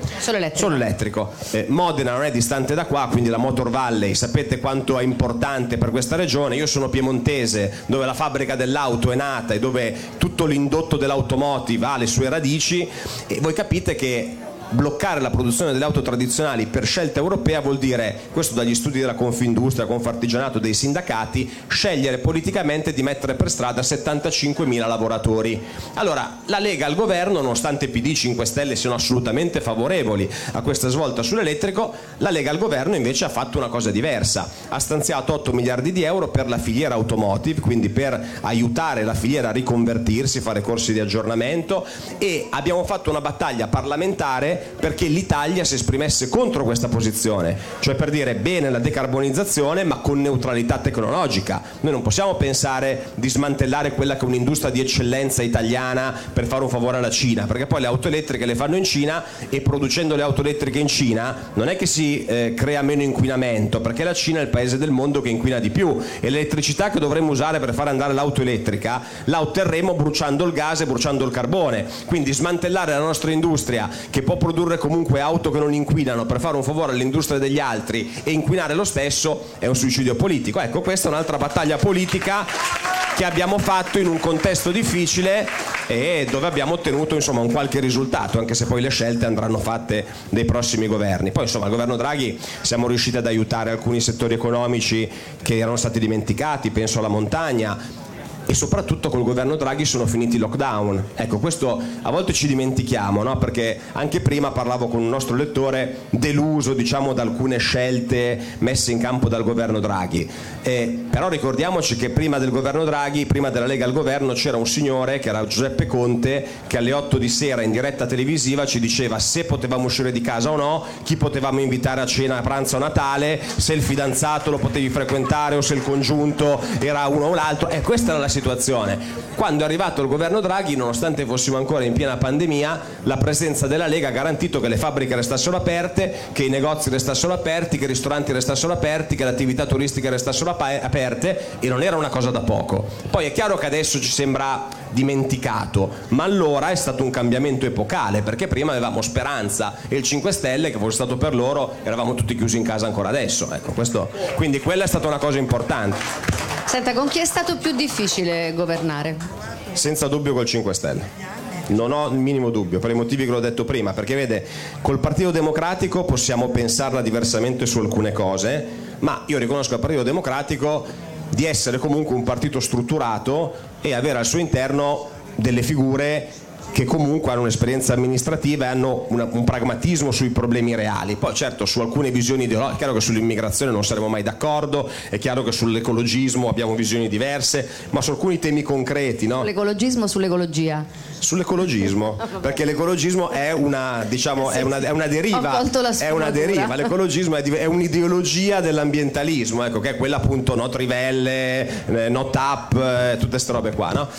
Solo elettrico. Solo elettrico. Eh, Modena non è distante da qua, quindi la Motor Valley sapete quanto è importante per questa regione. Io sono piemontese, dove la fabbrica dell'auto è nata e dove tutto l'indotto dell'automotive ha le sue radici, e voi capite che bloccare la produzione delle auto tradizionali per scelta europea vuol dire, questo dagli studi della Confindustria, Confartigianato, dei sindacati, scegliere politicamente di mettere per strada settantacinquemila lavoratori. Allora la Lega al governo, nonostante P D, cinque Stelle siano assolutamente favorevoli a questa svolta sull'elettrico, la Lega al governo invece ha fatto una cosa diversa, ha stanziato otto miliardi di euro per la filiera automotive, quindi per aiutare la filiera a riconvertirsi, fare corsi di aggiornamento, e abbiamo fatto una battaglia parlamentare perché l'Italia si esprimesse contro questa posizione, cioè per dire bene la decarbonizzazione ma con neutralità tecnologica. Noi non possiamo pensare di smantellare quella che è un'industria di eccellenza italiana per fare un favore alla Cina, perché poi le auto elettriche le fanno in Cina, e producendo le auto elettriche in Cina non è che si eh, crea meno inquinamento, perché la Cina è il paese del mondo che inquina di più, e l'elettricità che dovremmo usare per far andare l'auto elettrica la otterremo bruciando il gas e bruciando il carbone. Quindi smantellare la nostra industria, che può produrre comunque auto che non inquinano, per fare un favore all'industria degli altri e inquinare lo stesso, è un suicidio politico. Ecco, questa è un'altra battaglia politica che abbiamo fatto in un contesto difficile e dove abbiamo ottenuto insomma un qualche risultato, anche se poi le scelte andranno fatte dai prossimi governi. Poi insomma al governo Draghi siamo riusciti ad aiutare alcuni settori economici che erano stati dimenticati, penso alla montagna, e soprattutto col governo Draghi sono finiti i lockdown. Ecco, questo a volte ci dimentichiamo, no? Perché anche prima parlavo con un nostro lettore deluso, diciamo, da alcune scelte messe in campo dal governo Draghi. Eh, però ricordiamoci che prima del governo Draghi, prima della Lega al governo, c'era un signore che era Giuseppe Conte, che alle otto di sera in diretta televisiva ci diceva se potevamo uscire di casa o no, chi potevamo invitare a cena, a pranzo, a Natale, se il fidanzato lo potevi frequentare o se il congiunto era uno o l'altro. E questa era la situazione. Quando è arrivato il governo Draghi, nonostante fossimo ancora in piena pandemia, la presenza della Lega ha garantito che le fabbriche restassero aperte, che i negozi restassero aperti, che i ristoranti restassero aperti, che le attività turistiche restassero aperte, e non era una cosa da poco. Poi è chiaro che adesso ci sembra dimenticato, ma allora è stato un cambiamento epocale, perché prima avevamo Speranza e il cinque Stelle, che fosse stato per loro eravamo tutti chiusi in casa ancora adesso. Ecco, questo, quindi quella è stata una cosa importante. Senta, con chi è stato più difficile governare? Senza dubbio col cinque Stelle. Non ho il minimo dubbio, per i motivi che l'ho detto prima, perché vede, col Partito Democratico possiamo pensarla diversamente su alcune cose, ma io riconosco al Partito Democratico di essere comunque un partito strutturato e avere al suo interno delle figure che comunque hanno un'esperienza amministrativa e hanno una, un pragmatismo sui problemi reali. Poi certo su alcune visioni ideologiche, è chiaro che sull'immigrazione non saremo mai d'accordo, è chiaro che sull'ecologismo abbiamo visioni diverse, ma su alcuni temi concreti, no? Sull'ecologismo o sull'ecologia? Sull'ecologismo, perché l'ecologismo è una, diciamo, è una, è una deriva, è una deriva, l'ecologismo è, è un'ideologia dell'ambientalismo, ecco, che è quella appunto no trivelle, eh, no tap, eh, tutte queste robe qua, no?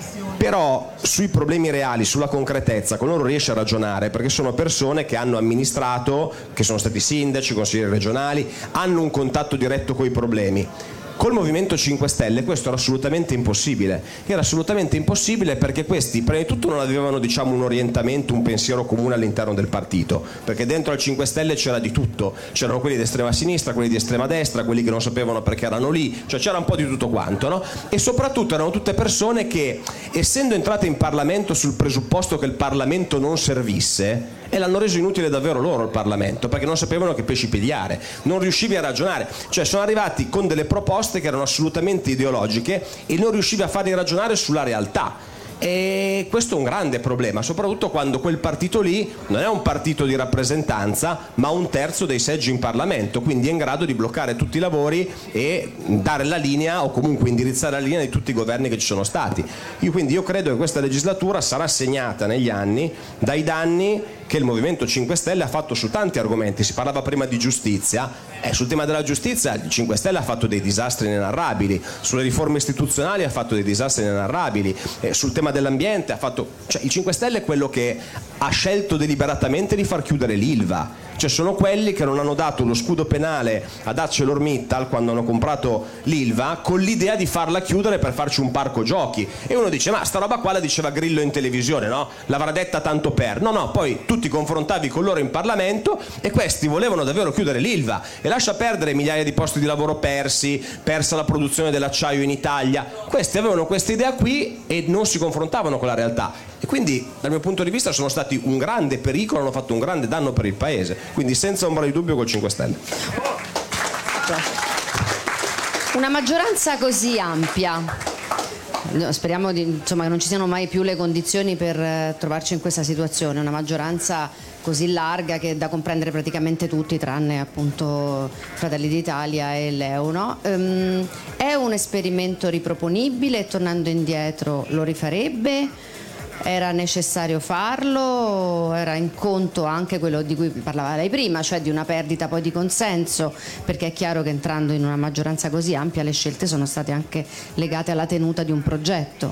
Però sui problemi reali, sulla concretezza, con loro riesce a ragionare, perché sono persone che hanno amministrato, che sono stati sindaci, consiglieri regionali, hanno un contatto diretto con i problemi. Col Movimento cinque Stelle questo era assolutamente impossibile, era assolutamente impossibile perché questi prima di tutto non avevano diciamo un orientamento, un pensiero comune all'interno del partito, perché dentro al cinque Stelle c'era di tutto, c'erano quelli di estrema sinistra, quelli di estrema destra, quelli che non sapevano perché erano lì, cioè c'era un po' di tutto quanto, no? E soprattutto erano tutte persone che, essendo entrate in Parlamento sul presupposto che il Parlamento non servisse, e l'hanno reso inutile davvero loro il Parlamento, perché non sapevano che pesci pigliare, non riuscivi a ragionare, cioè sono arrivati con delle proposte che erano assolutamente ideologiche e non riuscivi a farli ragionare sulla realtà. E questo è un grande problema, soprattutto quando quel partito lì non è un partito di rappresentanza, ma un terzo dei seggi in Parlamento, quindi è in grado di bloccare tutti i lavori e dare la linea o comunque indirizzare la linea di tutti i governi che ci sono stati. Io quindi io credo che questa legislatura sarà segnata negli anni dai danni che il Movimento cinque Stelle ha fatto su tanti argomenti. Si parlava prima di giustizia, eh, sul tema della giustizia il cinque Stelle ha fatto dei disastri inenarrabili, sulle riforme istituzionali ha fatto dei disastri inenarrabili, eh, sul tema dell'ambiente ha fatto, cioè il cinque Stelle è quello che ha scelto deliberatamente di far chiudere l'Ilva, cioè sono quelli che non hanno dato lo scudo penale ad ArcelorMittal quando hanno comprato l'Ilva con l'idea di farla chiudere per farci un parco giochi. E uno dice: ma sta roba qua la diceva Grillo in televisione, no? L'avrà detta tanto per. No, no, poi tu ti confrontavi con loro in Parlamento e questi volevano davvero chiudere l'Ilva, e lascia perdere migliaia di posti di lavoro persi, persa la produzione dell'acciaio in Italia. Questi avevano questa idea qui e non si confrontavano con la realtà, e quindi dal mio punto di vista sono stati un grande pericolo, hanno fatto un grande danno per il paese, quindi senza ombra di dubbio col cinque Stelle. Una maggioranza così ampia, speriamo di, insomma, che non ci siano mai più le condizioni per eh, trovarci in questa situazione, una maggioranza così larga che da comprendere praticamente tutti tranne appunto Fratelli d'Italia e Leo, no? Um, è un esperimento riproponibile, tornando indietro lo rifarebbe? Era necessario farlo? Era in conto anche quello di cui parlava lei prima, cioè di una perdita poi di consenso, perché è chiaro che entrando in una maggioranza così ampia le scelte sono state anche legate alla tenuta di un progetto.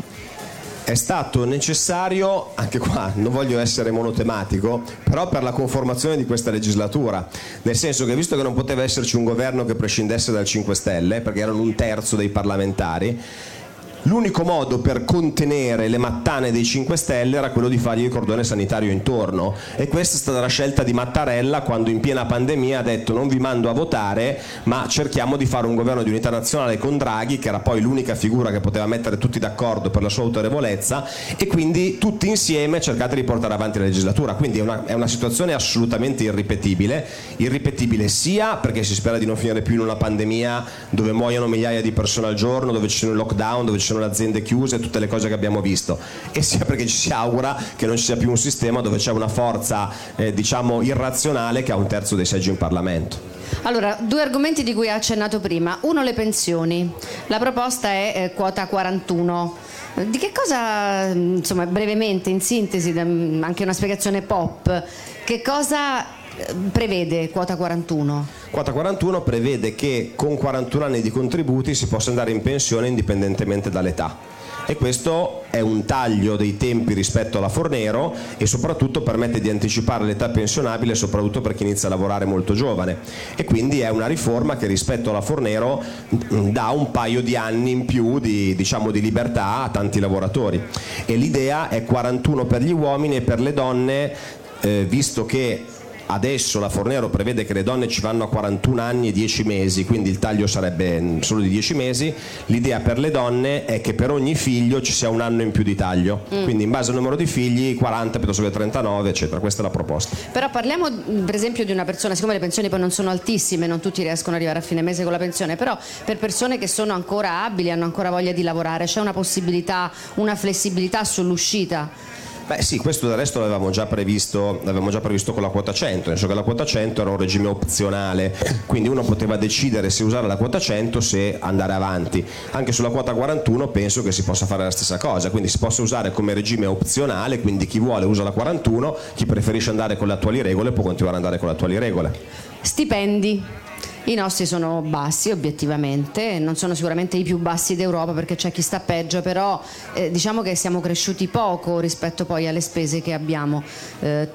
È stato necessario, anche qua non voglio essere monotematico, però per la conformazione di questa legislatura, nel senso che visto che non poteva esserci un governo che prescindesse dal cinque Stelle, perché erano un terzo dei parlamentari, l'unico modo per contenere le mattane dei cinque Stelle era quello di fargli il cordone sanitario intorno, e questa è stata la scelta di Mattarella quando in piena pandemia ha detto: non vi mando a votare, ma cerchiamo di fare un governo di unità nazionale con Draghi, che era poi l'unica figura che poteva mettere tutti d'accordo per la sua autorevolezza, e quindi tutti insieme cercate di portare avanti la legislatura. Quindi è una, è una situazione assolutamente irripetibile, irripetibile sia perché si spera di non finire più in una pandemia dove muoiono migliaia di persone al giorno, dove ci sono il lockdown, dove ci sono le aziende chiuse, tutte le cose che abbiamo visto, e sia perché ci si augura che non ci sia più un sistema dove c'è una forza eh, diciamo irrazionale che ha un terzo dei seggi in Parlamento. Allora, due argomenti di cui ha accennato prima. Uno, le pensioni. La proposta è eh, quota quarantuno. Di che cosa, insomma, brevemente, in sintesi, anche una spiegazione pop, che cosa prevede quota quarantuno? Quota quarantuno prevede che con quarantuno anni di contributi si possa andare in pensione indipendentemente dall'età, e questo è un taglio dei tempi rispetto alla Fornero e soprattutto permette di anticipare l'età pensionabile soprattutto per chi inizia a lavorare molto giovane, e quindi è una riforma che rispetto alla Fornero dà un paio di anni in più di, diciamo, di libertà a tanti lavoratori, e l'idea è quarantuno per gli uomini, e per le donne eh, visto che adesso la Fornero prevede che le donne ci vanno a quarantuno anni e dieci mesi, quindi il taglio sarebbe solo di dieci mesi, l'idea per le donne è che per ogni figlio ci sia un anno in più di taglio, mm. quindi in base al numero di figli quaranta piuttosto che trentanove, eccetera. Questa è la proposta. Però parliamo per esempio di una persona, siccome le pensioni poi non sono altissime, non tutti riescono ad arrivare a fine mese con la pensione, però per persone che sono ancora abili, hanno ancora voglia di lavorare, c'è una possibilità, una flessibilità sull'uscita? Beh sì, questo del resto l'avevamo già previsto, l'avevamo già previsto con la quota cento, nel senso che la quota cento era un regime opzionale, quindi uno poteva decidere se usare la quota cento, se andare avanti. Anche sulla quota quarantuno penso che si possa fare la stessa cosa, quindi si possa usare come regime opzionale, quindi chi vuole usa la quarantuno, chi preferisce andare con le attuali regole può continuare ad andare con le attuali regole. Stipendi. I nostri sono bassi obiettivamente, non sono sicuramente i più bassi d'Europa perché c'è chi sta peggio, però eh, diciamo che siamo cresciuti poco rispetto poi alle spese che abbiamo. Eh,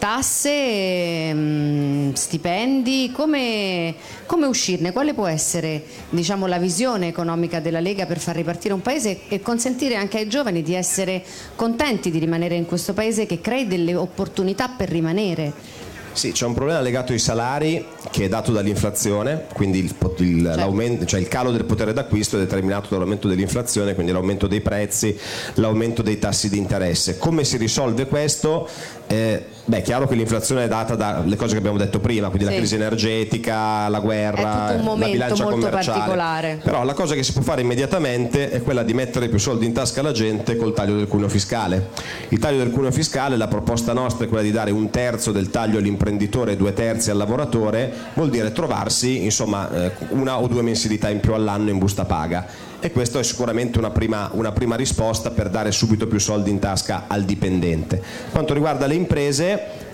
tasse, mh, stipendi, come, come uscirne? Quale può essere, diciamo, la visione economica della Lega per far ripartire un paese e consentire anche ai giovani di essere contenti di rimanere in questo paese, che crei delle opportunità per rimanere? Sì, c'è un problema legato ai salari che è dato dall'inflazione, quindi il, il, certo. l'aumento, cioè il calo del potere d'acquisto è determinato dall'aumento dell'inflazione, quindi l'aumento dei prezzi, l'aumento dei tassi di interesse. Come si risolve questo? Eh, beh, è chiaro che l'inflazione è data dalle cose che abbiamo detto prima, quindi sì. la crisi energetica, la guerra, è tutto un momento la bilancia molto commerciale. Particolare. Però la cosa che si può fare immediatamente è quella di mettere più soldi in tasca alla gente col taglio del cuneo fiscale. Il taglio del cuneo fiscale, la proposta nostra è quella di dare un terzo del taglio all'imprenditore e due terzi al lavoratore, vuol dire trovarsi insomma una o due mensilità in più all'anno in busta paga. E questo è sicuramente una prima, una prima risposta per dare subito più soldi in tasca al dipendente. Quanto riguarda le imprese,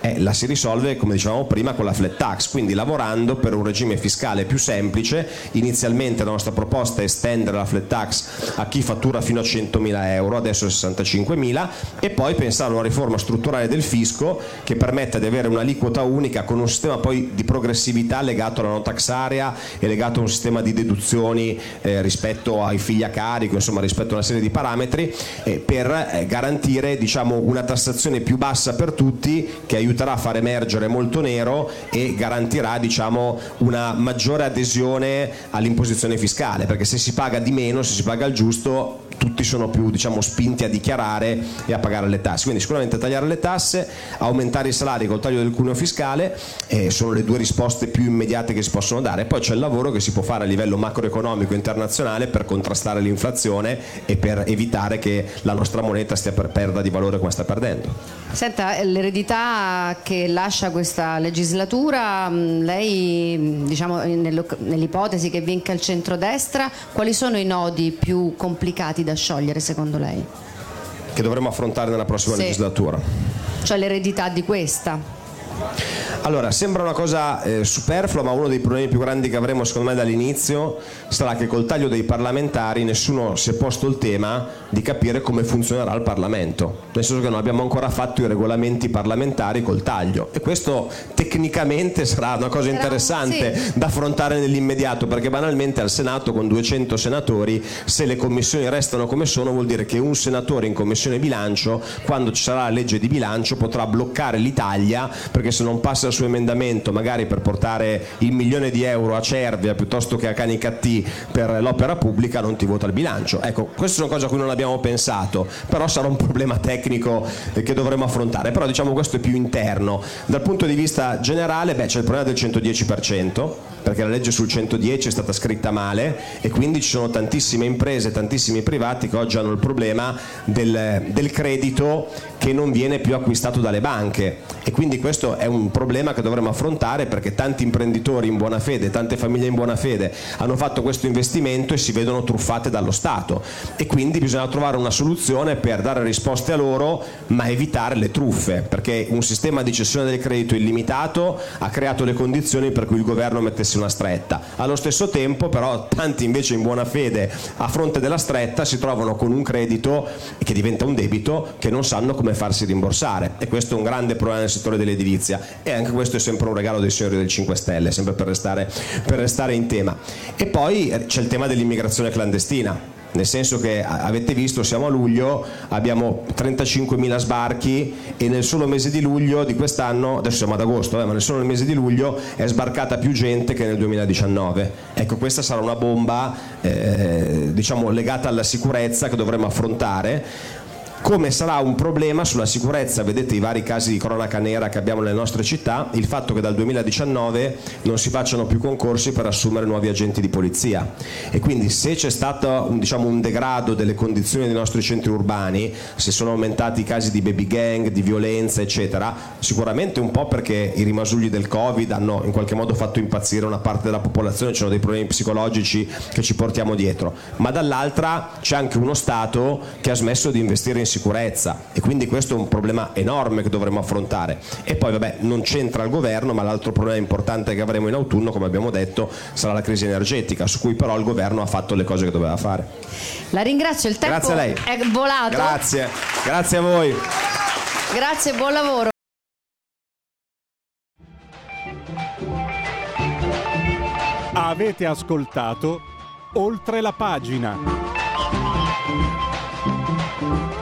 Eh, la si risolve, come dicevamo prima, con la flat tax, quindi lavorando per un regime fiscale più semplice. Inizialmente la nostra proposta è estendere la flat tax a chi fattura fino a centomila euro, adesso sessantacinquemila, e poi pensare a una riforma strutturale del fisco che permetta di avere un'aliquota unica con un sistema poi di progressività legato alla no tax area e legato a un sistema di deduzioni eh, rispetto ai figli a carico, insomma rispetto a una serie di parametri, eh, per eh, garantire, diciamo, una tassazione più bassa per tutti, che aiuterà a far emergere molto nero e garantirà, diciamo, una maggiore adesione all'imposizione fiscale, perché se si paga di meno, se si paga il giusto, tutti sono più, diciamo, spinti a dichiarare e a pagare le tasse. Quindi sicuramente tagliare le tasse, aumentare i salari col taglio del cuneo fiscale eh, sono le due risposte più immediate che si possono dare. Poi c'è il lavoro che si può fare a livello macroeconomico internazionale per contrastare l'inflazione e per evitare che la nostra moneta stia per perda di valore come sta perdendo. Senta, l'eredità che lascia questa legislatura, lei, diciamo, nell'ipotesi che vinca il centrodestra, quali sono i nodi più complicati da sciogliere secondo lei? Che dovremo affrontare nella prossima sì. legislatura. Cioè l'eredità di questa. Allora, sembra una cosa eh, superflua, ma uno dei problemi più grandi che avremo secondo me dall'inizio sarà che col taglio dei parlamentari nessuno si è posto il tema di capire come funzionerà il Parlamento, nel senso che non abbiamo ancora fatto i regolamenti parlamentari col taglio, e questo tecnicamente sarà una cosa interessante sì. da affrontare nell'immediato, perché banalmente al Senato con duecento senatori, se le commissioni restano come sono, vuol dire che un senatore in commissione bilancio, quando ci sarà la legge di bilancio, potrà bloccare l'Italia, perché se non passa il suo emendamento magari per portare il milione di euro a Cervia piuttosto che a Canicattì per l'opera pubblica, non ti vota il bilancio. Ecco, questa è una cosa a cui non abbiamo pensato, però sarà un problema tecnico che dovremo affrontare, però diciamo questo è più interno. Dal punto di vista generale, beh, c'è il problema del centodieci per cento, perché la legge sul centodieci è stata scritta male e quindi ci sono tantissime imprese, tantissimi privati che oggi hanno il problema del, del credito che non viene più acquistato dalle banche, e quindi questo è un problema che dovremo affrontare, perché tanti imprenditori in buona fede, tante famiglie in buona fede hanno fatto questo investimento e si vedono truffate dallo Stato, e quindi bisogna trovare una soluzione per dare risposte a loro ma evitare le truffe, perché un sistema di cessione del credito illimitato ha creato le condizioni per cui il governo mettesse una stretta. Allo stesso tempo però tanti invece in buona fede, a fronte della stretta, si trovano con un credito che diventa un debito che non sanno come farsi rimborsare, e questo è un grande problema nel settore dell'edilizia, e anche questo è sempre un regalo dei signori del cinque Stelle, sempre per restare, per restare in tema. E poi c'è il tema dell'immigrazione clandestina, nel senso che avete visto, siamo a luglio, abbiamo trentacinquemila sbarchi, e nel solo mese di luglio di quest'anno, adesso siamo ad agosto, eh, ma nel solo mese di luglio è sbarcata più gente che nel duemiladiciannove. Ecco, questa sarà una bomba eh, diciamo legata alla sicurezza che dovremo affrontare. Come sarà un problema sulla sicurezza, vedete i vari casi di cronaca nera che abbiamo nelle nostre città, il fatto che dal duemiladiciannove non si facciano più concorsi per assumere nuovi agenti di polizia, e quindi se c'è stato un, diciamo, un degrado delle condizioni dei nostri centri urbani, se sono aumentati i casi di baby gang, di violenza eccetera, sicuramente un po' perché i rimasugli del Covid hanno in qualche modo fatto impazzire una parte della popolazione, ci sono dei problemi psicologici che ci portiamo dietro, ma dall'altra c'è anche uno Stato che ha smesso di investire in sicurezza, e quindi questo è un problema enorme che dovremo affrontare. E poi vabbè, non c'entra il governo, ma l'altro problema importante che avremo in autunno, come abbiamo detto, sarà la crisi energetica, su cui però il governo ha fatto le cose che doveva fare. La ringrazio, il tempo Grazie a lei. è volato. Grazie, grazie a voi. Grazie, buon lavoro. Avete ascoltato Oltre la pagina.